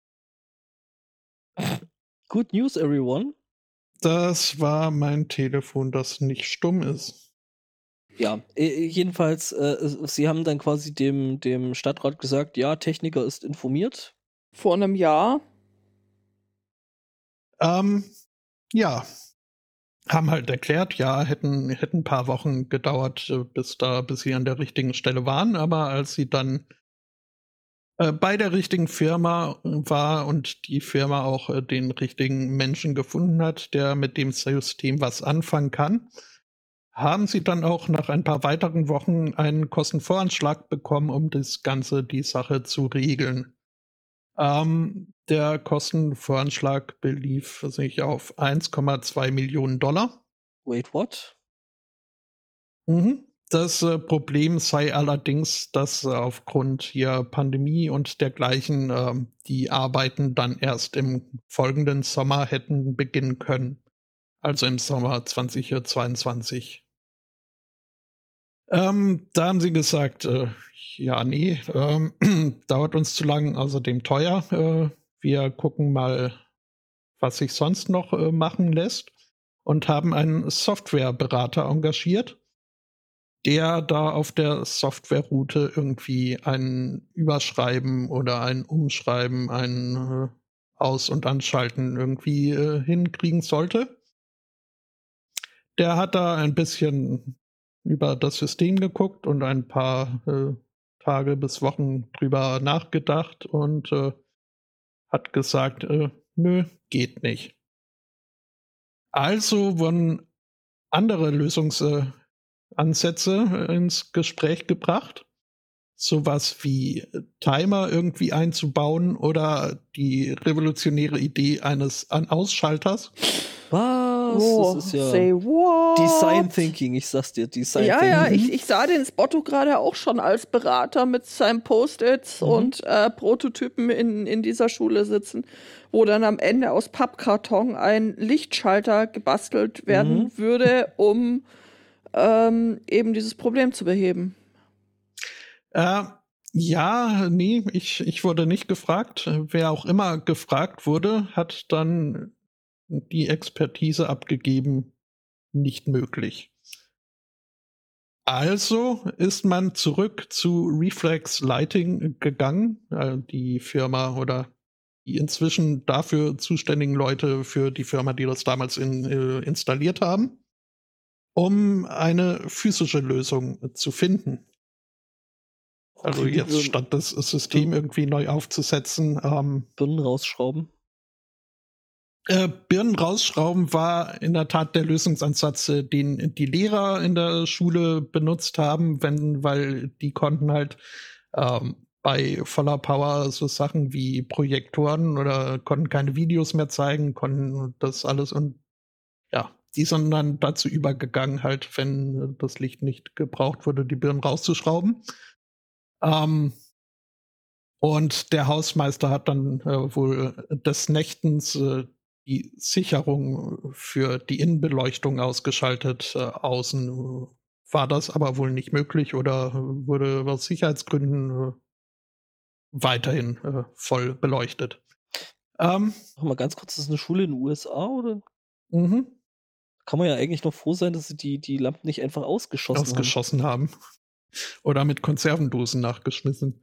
Good news, everyone. Das war mein Telefon, das nicht stumm ist. Ja, jedenfalls, sie haben dann quasi dem Stadtrat gesagt, ja, Techniker ist informiert. Vor einem Jahr? Ja. Haben halt erklärt, hätten ein paar Wochen gedauert, bis sie an der richtigen Stelle waren, aber als sie dann bei der richtigen Firma war und die Firma auch den richtigen Menschen gefunden hat, der mit dem System was anfangen kann, haben sie dann auch nach ein paar weiteren Wochen einen Kostenvoranschlag bekommen, um die Sache zu regeln. Der Kostenvoranschlag belief sich auf 1,2 Millionen $. Wait, what? Das Problem sei allerdings, dass aufgrund hier Pandemie und dergleichen die Arbeiten dann erst im folgenden Sommer hätten beginnen können. Also im Sommer 2022. Da haben sie gesagt, ja, nee, dauert uns zu lang, außerdem teuer. Wir gucken mal, was sich sonst noch machen lässt und haben einen Softwareberater engagiert, der da auf der Softwareroute irgendwie ein Überschreiben oder ein Umschreiben, ein Aus- und Anschalten irgendwie hinkriegen sollte. Der hat da ein bisschen über das System geguckt und ein paar Tage bis Wochen drüber nachgedacht und hat gesagt, nö, geht nicht. Also wurden andere Lösungsansätze ins Gespräch gebracht. Sowas wie Timer irgendwie einzubauen oder die revolutionäre Idee eines Ausschalters. Was? Oh, Das ist ja say what? Design Thinking, ich sag's dir, Design Ja, Thinking. ja, ich sah den Spotto gerade auch schon als Berater mit seinen Post-its und Prototypen in dieser Schule sitzen, wo dann am Ende aus Pappkarton ein Lichtschalter gebastelt werden würde, um eben dieses Problem zu beheben. Ja, nee, ich wurde nicht gefragt. Wer auch immer gefragt wurde, hat dann die Expertise abgegeben, nicht möglich. Also ist man zurück zu Reflex Lighting gegangen, die Firma oder die inzwischen dafür zuständigen Leute für die Firma, die das damals installiert haben, um eine physische Lösung zu finden. Also Okay, jetzt statt das System irgendwie neu aufzusetzen. Birnen rausschrauben. Birnen rausschrauben war in der Tat der Lösungsansatz, den die Lehrer in der Schule benutzt haben, weil die konnten halt bei voller Power so Sachen wie Projektoren oder konnten keine Videos mehr zeigen, konnten das alles und ja, die sind dann dazu übergegangen, halt, wenn das Licht nicht gebraucht wurde, die Birnen rauszuschrauben. Und der Hausmeister hat dann wohl des Nächtens die Sicherung für die Innenbeleuchtung ausgeschaltet. Außen war das aber wohl nicht möglich oder wurde aus Sicherheitsgründen weiterhin voll beleuchtet. Noch mal ganz kurz, das ist eine Schule in den USA, oder? Kann man ja eigentlich noch froh sein, dass sie die Lampen nicht einfach ausgeschossen haben. Oder mit Konservendosen nachgeschmissen.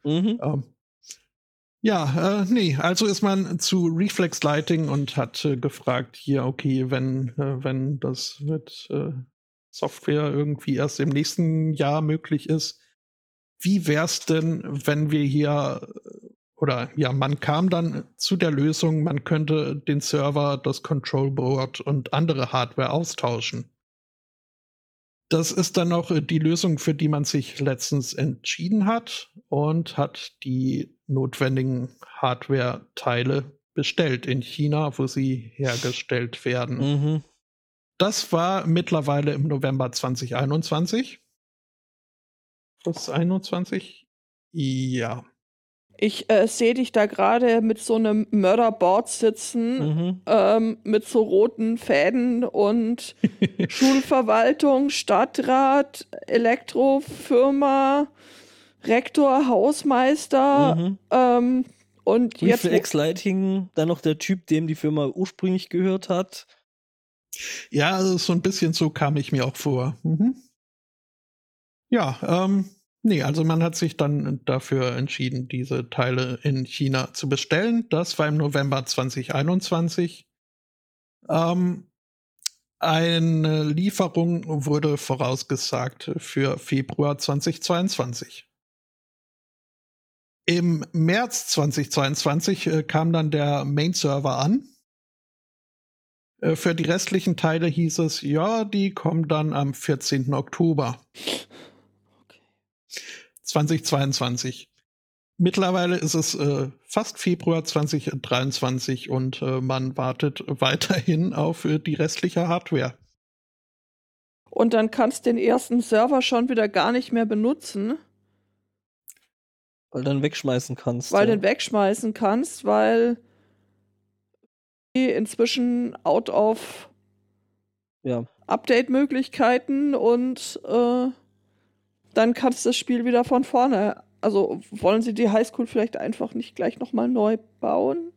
Ja, nee, also ist man zu Reflex Lighting und hat gefragt, hier, okay, wenn das mit Software irgendwie erst im nächsten Jahr möglich ist, wie wär's denn, wenn wir hier, oder ja, man kam dann zu der Lösung, man könnte den Server, das Control Board und andere Hardware austauschen. Das ist dann auch die Lösung, für die man sich letztens entschieden hat und hat die notwendigen Hardware-Teile bestellt in China, wo sie hergestellt werden. Das war mittlerweile im November 2021. Das 21? Ja. Ich sehe dich da gerade mit so einem Mörderboard sitzen, mit so roten Fäden und Schulverwaltung, Stadtrat, Elektrofirma, Rektor, Hausmeister und jetzt Reflex Lighting, dann noch der Typ, dem die Firma ursprünglich gehört hat. Ja, also so ein bisschen so kam ich mir auch vor. Ja, nee, also man hat sich dann dafür entschieden, diese Teile in China zu bestellen. Das war im November 2021. Eine Lieferung wurde vorausgesagt für Februar 2022. Im März 2022 kam dann der Main-Server an. Für die restlichen Teile hieß es, ja, die kommen dann am 14. Oktober 2022. Mittlerweile ist es fast Februar 2023 und man wartet weiterhin auf die restliche Hardware. Und dann kannst du den ersten Server schon wieder gar nicht mehr benutzen. Weil du den wegschmeißen kannst. Weil du den wegschmeißen kannst, weil die inzwischen out of Update-Möglichkeiten und dann kannst du das Spiel wieder von vorne. Also wollen sie die Highschool vielleicht einfach nicht gleich nochmal neu bauen?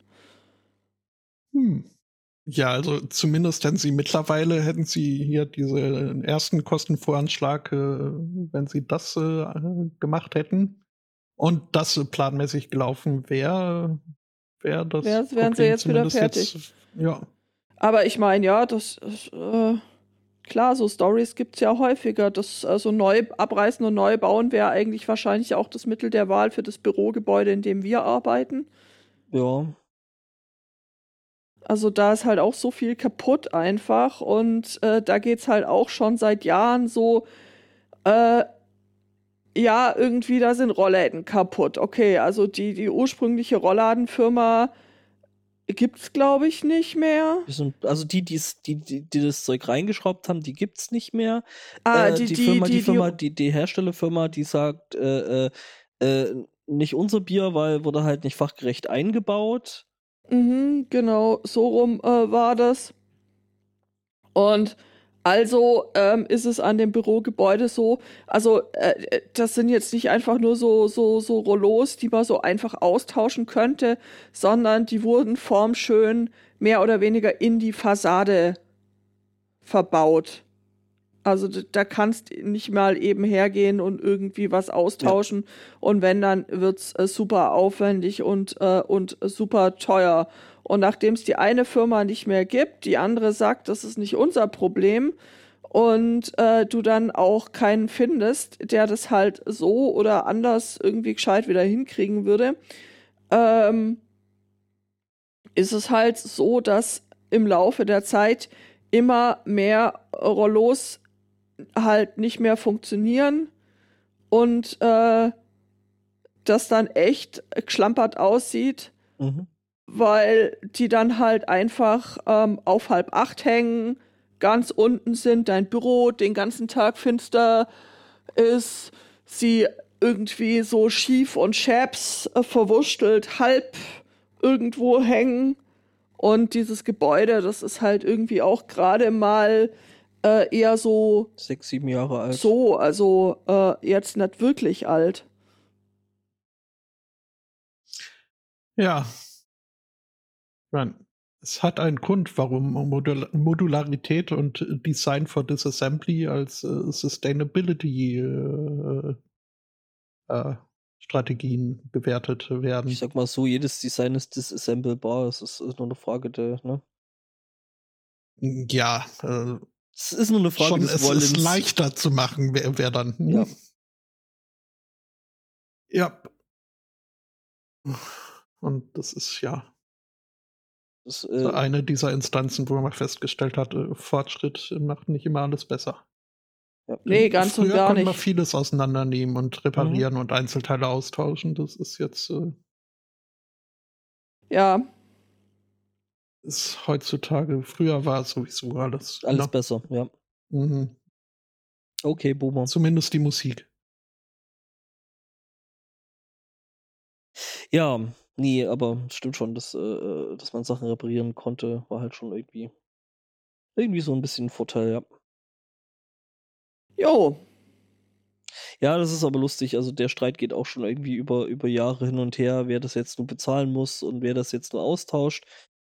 Ja, also zumindest hätten sie hier diesen ersten Kostenvoranschlag, wenn sie das gemacht hätten und das planmäßig gelaufen wären sie jetzt wieder fertig. Ja. Aber ich meine, ja, klar, so Stories gibt es ja häufiger. Das also neu abreißen und neu bauen wäre eigentlich wahrscheinlich auch das Mittel der Wahl für das Bürogebäude, in dem wir arbeiten. Ja. Also da ist halt auch so viel kaputt einfach und da geht's halt auch schon seit Jahren so, ja, irgendwie da sind Rollläden kaputt. Okay, also die ursprüngliche Rollladenfirma gibt's, glaube ich, nicht mehr. Also die das Zeug reingeschraubt haben, die gibt's nicht mehr. Die Herstellerfirma, die sagt, nicht unser Bier, weil wurde halt nicht fachgerecht eingebaut. Genau, so rum war das. Und also ist es an dem Bürogebäude so, also das sind jetzt nicht einfach nur so Rollos, die man so einfach austauschen könnte, sondern die wurden formschön mehr oder weniger in die Fassade verbaut. Also da kannst nicht mal eben hergehen und irgendwie was austauschen. Ja. Und wenn, dann wird's super aufwendig und super teuer. Und nachdem es die eine Firma nicht mehr gibt, die andere sagt, das ist nicht unser Problem und du dann auch keinen findest, der das halt so oder anders irgendwie gescheit wieder hinkriegen würde, ist es halt so, dass im Laufe der Zeit immer mehr Rollos halt nicht mehr funktionieren und das dann echt geschlampert aussieht, weil die dann halt einfach auf 7:30 hängen, ganz unten sind, dein Büro den ganzen Tag finster ist, sie irgendwie so schief und schäbs verwurstelt halb irgendwo hängen und dieses Gebäude, das ist halt irgendwie auch gerade mal eher so 6, 7 Jahre alt. So, also jetzt nicht wirklich alt. Ja. Es hat einen Grund, warum Modularität und Design for Disassembly als Sustainability Strategien bewertet werden. Ich sag mal so, jedes Design ist disassemblebar. Es ist nur eine Frage der, ne? Ja, es ist nur eine Frage des Wollens. Es ist leichter zu machen, wer dann. Ja. Ja. Und das ist eine dieser Instanzen, wo man festgestellt hat, Fortschritt macht nicht immer alles besser. Ja. Nee, ganz und gar nicht. Früher konnte man vieles auseinandernehmen und reparieren und Einzelteile austauschen. Das ist jetzt ja. Ist heutzutage, früher war es sowieso alles besser, ja. Mhm. Okay, Boomer. Zumindest die Musik. Ja, nee, aber stimmt schon, dass man Sachen reparieren konnte, war halt schon irgendwie so ein bisschen ein Vorteil, ja. Jo. Ja, das ist aber lustig. Also der Streit geht auch schon irgendwie über Jahre hin und her, wer das jetzt nur bezahlen muss und wer das jetzt nur austauscht.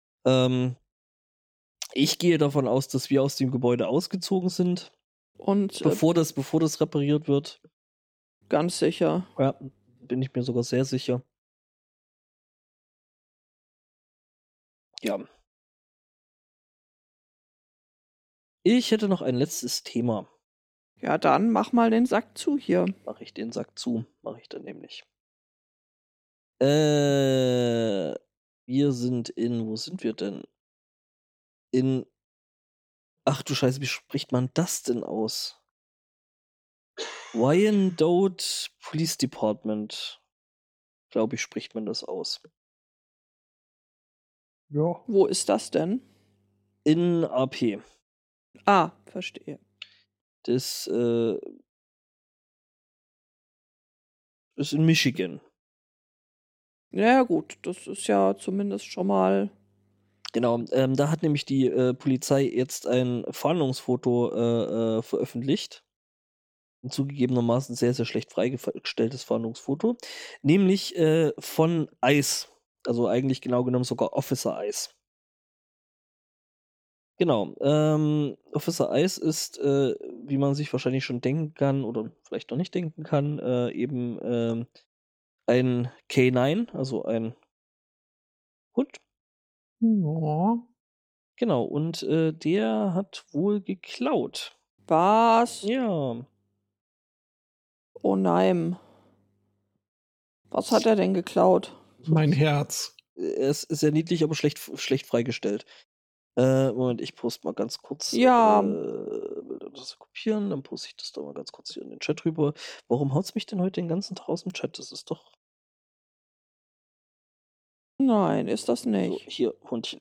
Ich gehe davon aus, dass wir aus dem Gebäude ausgezogen sind. Und bevor das repariert wird. Ganz sicher. Ja, bin ich mir sogar sehr sicher. Ja. Ich hätte noch ein letztes Thema. Ja, dann mach mal den Sack zu hier. Mache ich den Sack zu, mache ich dann nämlich. Wir sind wo sind wir denn? Ach du Scheiße, wie spricht man das denn aus? Wyandotte Police Department, glaube ich, spricht man das aus. Ja. Wo ist das denn? In AP. Ah, verstehe. Das ist in Michigan. Ja, gut, das ist ja zumindest schon mal. Genau, da hat nämlich die Polizei jetzt ein Fahndungsfoto veröffentlicht. Ein zugegebenermaßen sehr, sehr schlecht freigestelltes Fahndungsfoto. Nämlich von ICE. Also eigentlich genau genommen sogar Officer ICE. Genau. Officer ICE ist, wie man sich wahrscheinlich schon denken kann oder vielleicht noch nicht denken kann, eben ein K9, also ein Hund. Ja. Genau, und der hat wohl geklaut. Was? Ja. Oh nein. Was hat er denn geklaut? Mein Herz. Es ist sehr niedlich, aber schlecht freigestellt. Moment, ich poste mal ganz kurz. Ja. Das kopieren, dann poste ich das da mal ganz kurz hier in den Chat rüber. Warum haut's mich denn heute den ganzen Tag aus dem Chat? Das ist doch. Nein, ist das So, nicht. hier, Hundchen.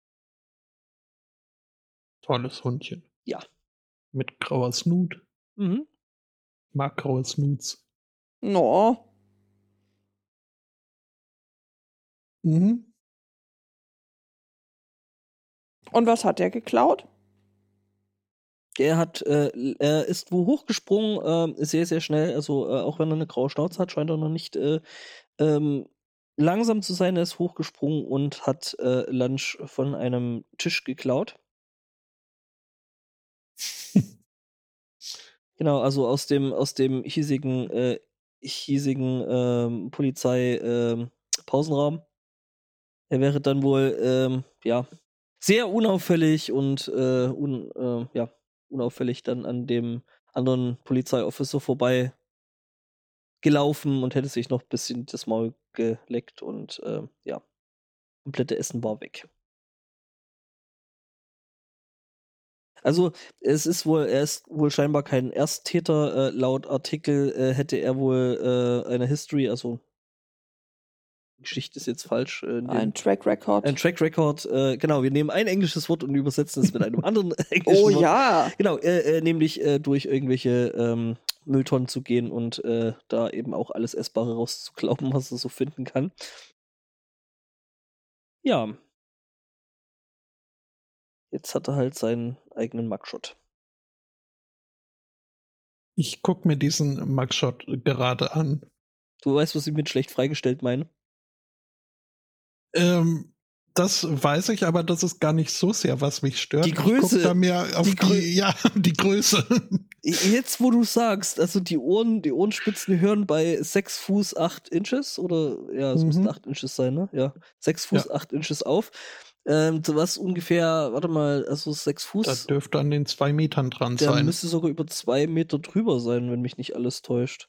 Tolles Hundchen. Ja. Mit grauer Snut. Mhm. Mag graue Snuts. No. Mhm. Und was hat er geklaut? Er ist wo hochgesprungen, sehr, sehr schnell. Also, auch wenn er eine graue Schnauze hat, scheint er noch nicht langsam zu sein. Er ist hochgesprungen und hat Lunch von einem Tisch geklaut. Genau, also aus dem hiesigen Polizei Pausenraum. Er wäre dann wohl ja sehr unauffällig und unauffällig dann an dem anderen Polizeiofficer vorbei gelaufen und hätte sich noch ein bisschen das Maul geleckt und ja, komplette Essen war weg. Also er ist wohl scheinbar kein Ersttäter. Laut Artikel hätte er wohl eine History, also die Geschichte ist jetzt falsch. Ein Track Record. Ein Track Record, genau, wir nehmen ein englisches Wort und übersetzen es mit einem anderen englischen Oh Wort. ja. Genau, nämlich durch irgendwelche Mülltonnen zu gehen und da eben auch alles Essbare rauszuklauen, was er so finden kann. Ja. Jetzt hat er halt seinen eigenen Mugshot. Ich guck mir diesen Mugshot gerade an. Du weißt, was ich mit schlecht freigestellt meine? Das weiß ich, aber das ist gar nicht so sehr, was mich stört. Die Größe. Ich guck da mehr auf die Größe. Jetzt, wo du sagst, also die Ohrenspitzen hören bei 6 Fuß 8 Inches oder ja, es müssten 8 Inches sein, ne? Ja, 6 Fuß 8 Inches auf. Was ungefähr, warte mal, also 6 Fuß. Das dürfte an den 2 Metern dran der sein. Müsste sogar über 2 Meter drüber sein, wenn mich nicht alles täuscht.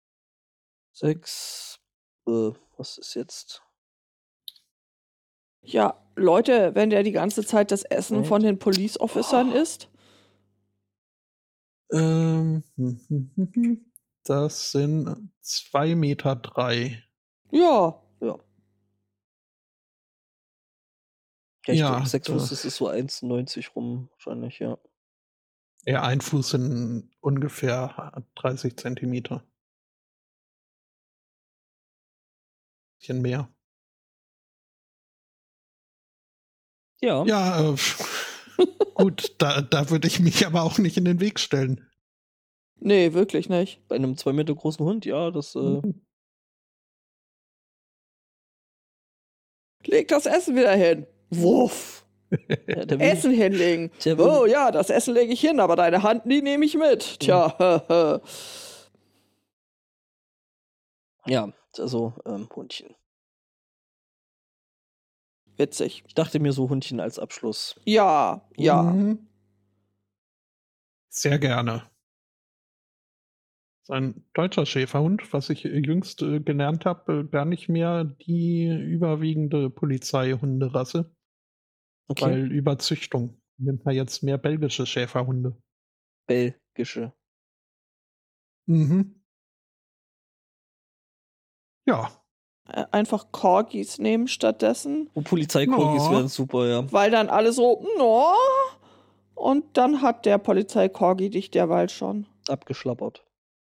6, was ist jetzt? Ja, Leute, wenn der die ganze Zeit das Essen von den Police Officern isst. Das sind 2,3 Meter. Ja. Ja. Ich Ja, glaube, 6 Fuß, das ist so 1,90 rum wahrscheinlich, ja. Ja, ein Fuß sind ungefähr 30 Zentimeter. Bisschen mehr. Ja. Ja, gut, da würde ich mich aber auch nicht in den Weg stellen. Nee, wirklich nicht. Bei einem 2 Meter großen Hund, ja, das. Leg das Essen wieder hin. Wuff. Ja, Essen hinlegen. Oh ja, das Essen lege ich hin, aber deine Hand, die nehme ich mit. Tja. Ja, also Hundchen. Witzig. Ich dachte mir so Hundchen als Abschluss. Ja, ja. Sehr gerne. ist ein deutscher Schäferhund, was ich jüngst gelernt habe, gar nicht mehr die überwiegende Polizeihunderasse, Okay. weil Überzüchtung nimmt man jetzt mehr belgische Schäferhunde. Belgische. Mhm. Ja. Einfach Corgis nehmen stattdessen, Und Polizeikorgis No. wären super, ja. weil dann alle so, no. Und dann hat der Polizeikorgi dich derweil schon. Abgeschlappert.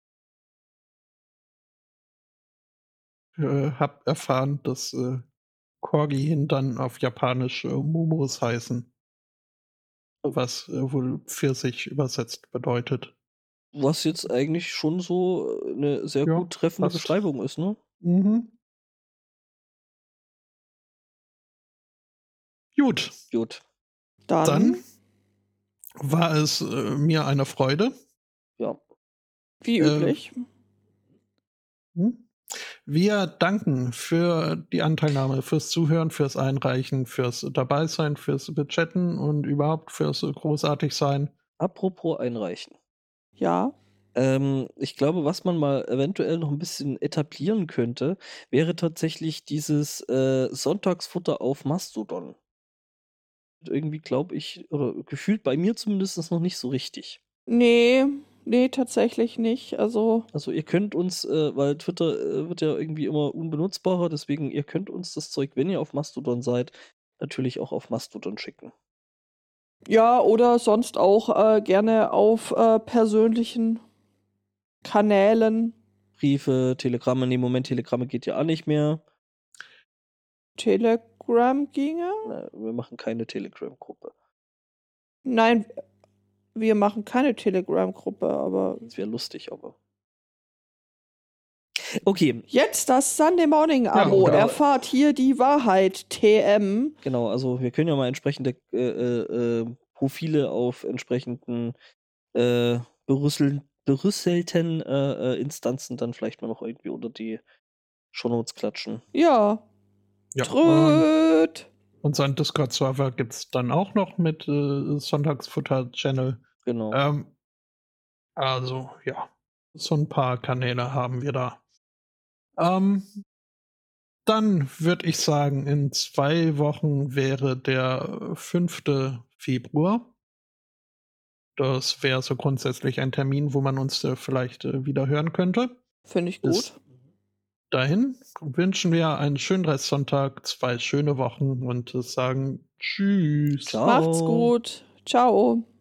Hab erfahren, dass Corgi-Hintern auf Japanisch Momos heißen. Was wohl Pfirsich übersetzt bedeutet. Was jetzt eigentlich schon so eine sehr Ja, gut treffende passt. Beschreibung ist, ne? Mhm. Gut. Dann war es mir eine Freude. Ja. Wie üblich. Wir danken für die Anteilnahme, fürs Zuhören, fürs Einreichen, fürs Dabeisein, fürs Bechatten und überhaupt fürs Großartigsein. Apropos einreichen. Ja. Ich glaube, was man mal eventuell noch ein bisschen etablieren könnte, wäre tatsächlich dieses Sonntagsfutter auf Mastodon. Irgendwie glaube ich, oder gefühlt bei mir zumindest noch nicht so richtig. Nee, tatsächlich nicht. Also ihr könnt uns, weil Twitter wird ja irgendwie immer unbenutzbarer, deswegen ihr könnt uns das Zeug, wenn ihr auf Mastodon seid, natürlich auch auf Mastodon schicken. ja, oder sonst auch gerne auf persönlichen Kanälen. Briefe, Telegramme, nee, Moment, Telegramme geht ja auch nicht mehr. Telegram ginge? Wir machen keine Telegram-Gruppe. Nein, wir machen keine Telegram-Gruppe, aber. Das wäre lustig, aber. Okay. Jetzt das Sunday Morning Abo. Ja, erfahrt hier die Wahrheit. TM. Genau, also wir können ja mal entsprechende Profile auf entsprechenden berüsselten Instanzen dann vielleicht mal noch irgendwie unter die Shownotes klatschen. Ja. Tröd. Unseren Discord-Server gibt es dann auch noch mit Sonntagsfutter-Channel. Genau. Also, ja. So ein paar Kanäle haben wir da. Dann würde ich sagen, in 2 Wochen wäre der 5. Februar. Das wäre so grundsätzlich ein Termin, wo man uns vielleicht wieder hören könnte. Finde ich gut. Bis dahin wünschen wir einen schönen Restsonntag, 2 schöne Wochen und sagen Tschüss. Ciao. Macht's gut. Ciao.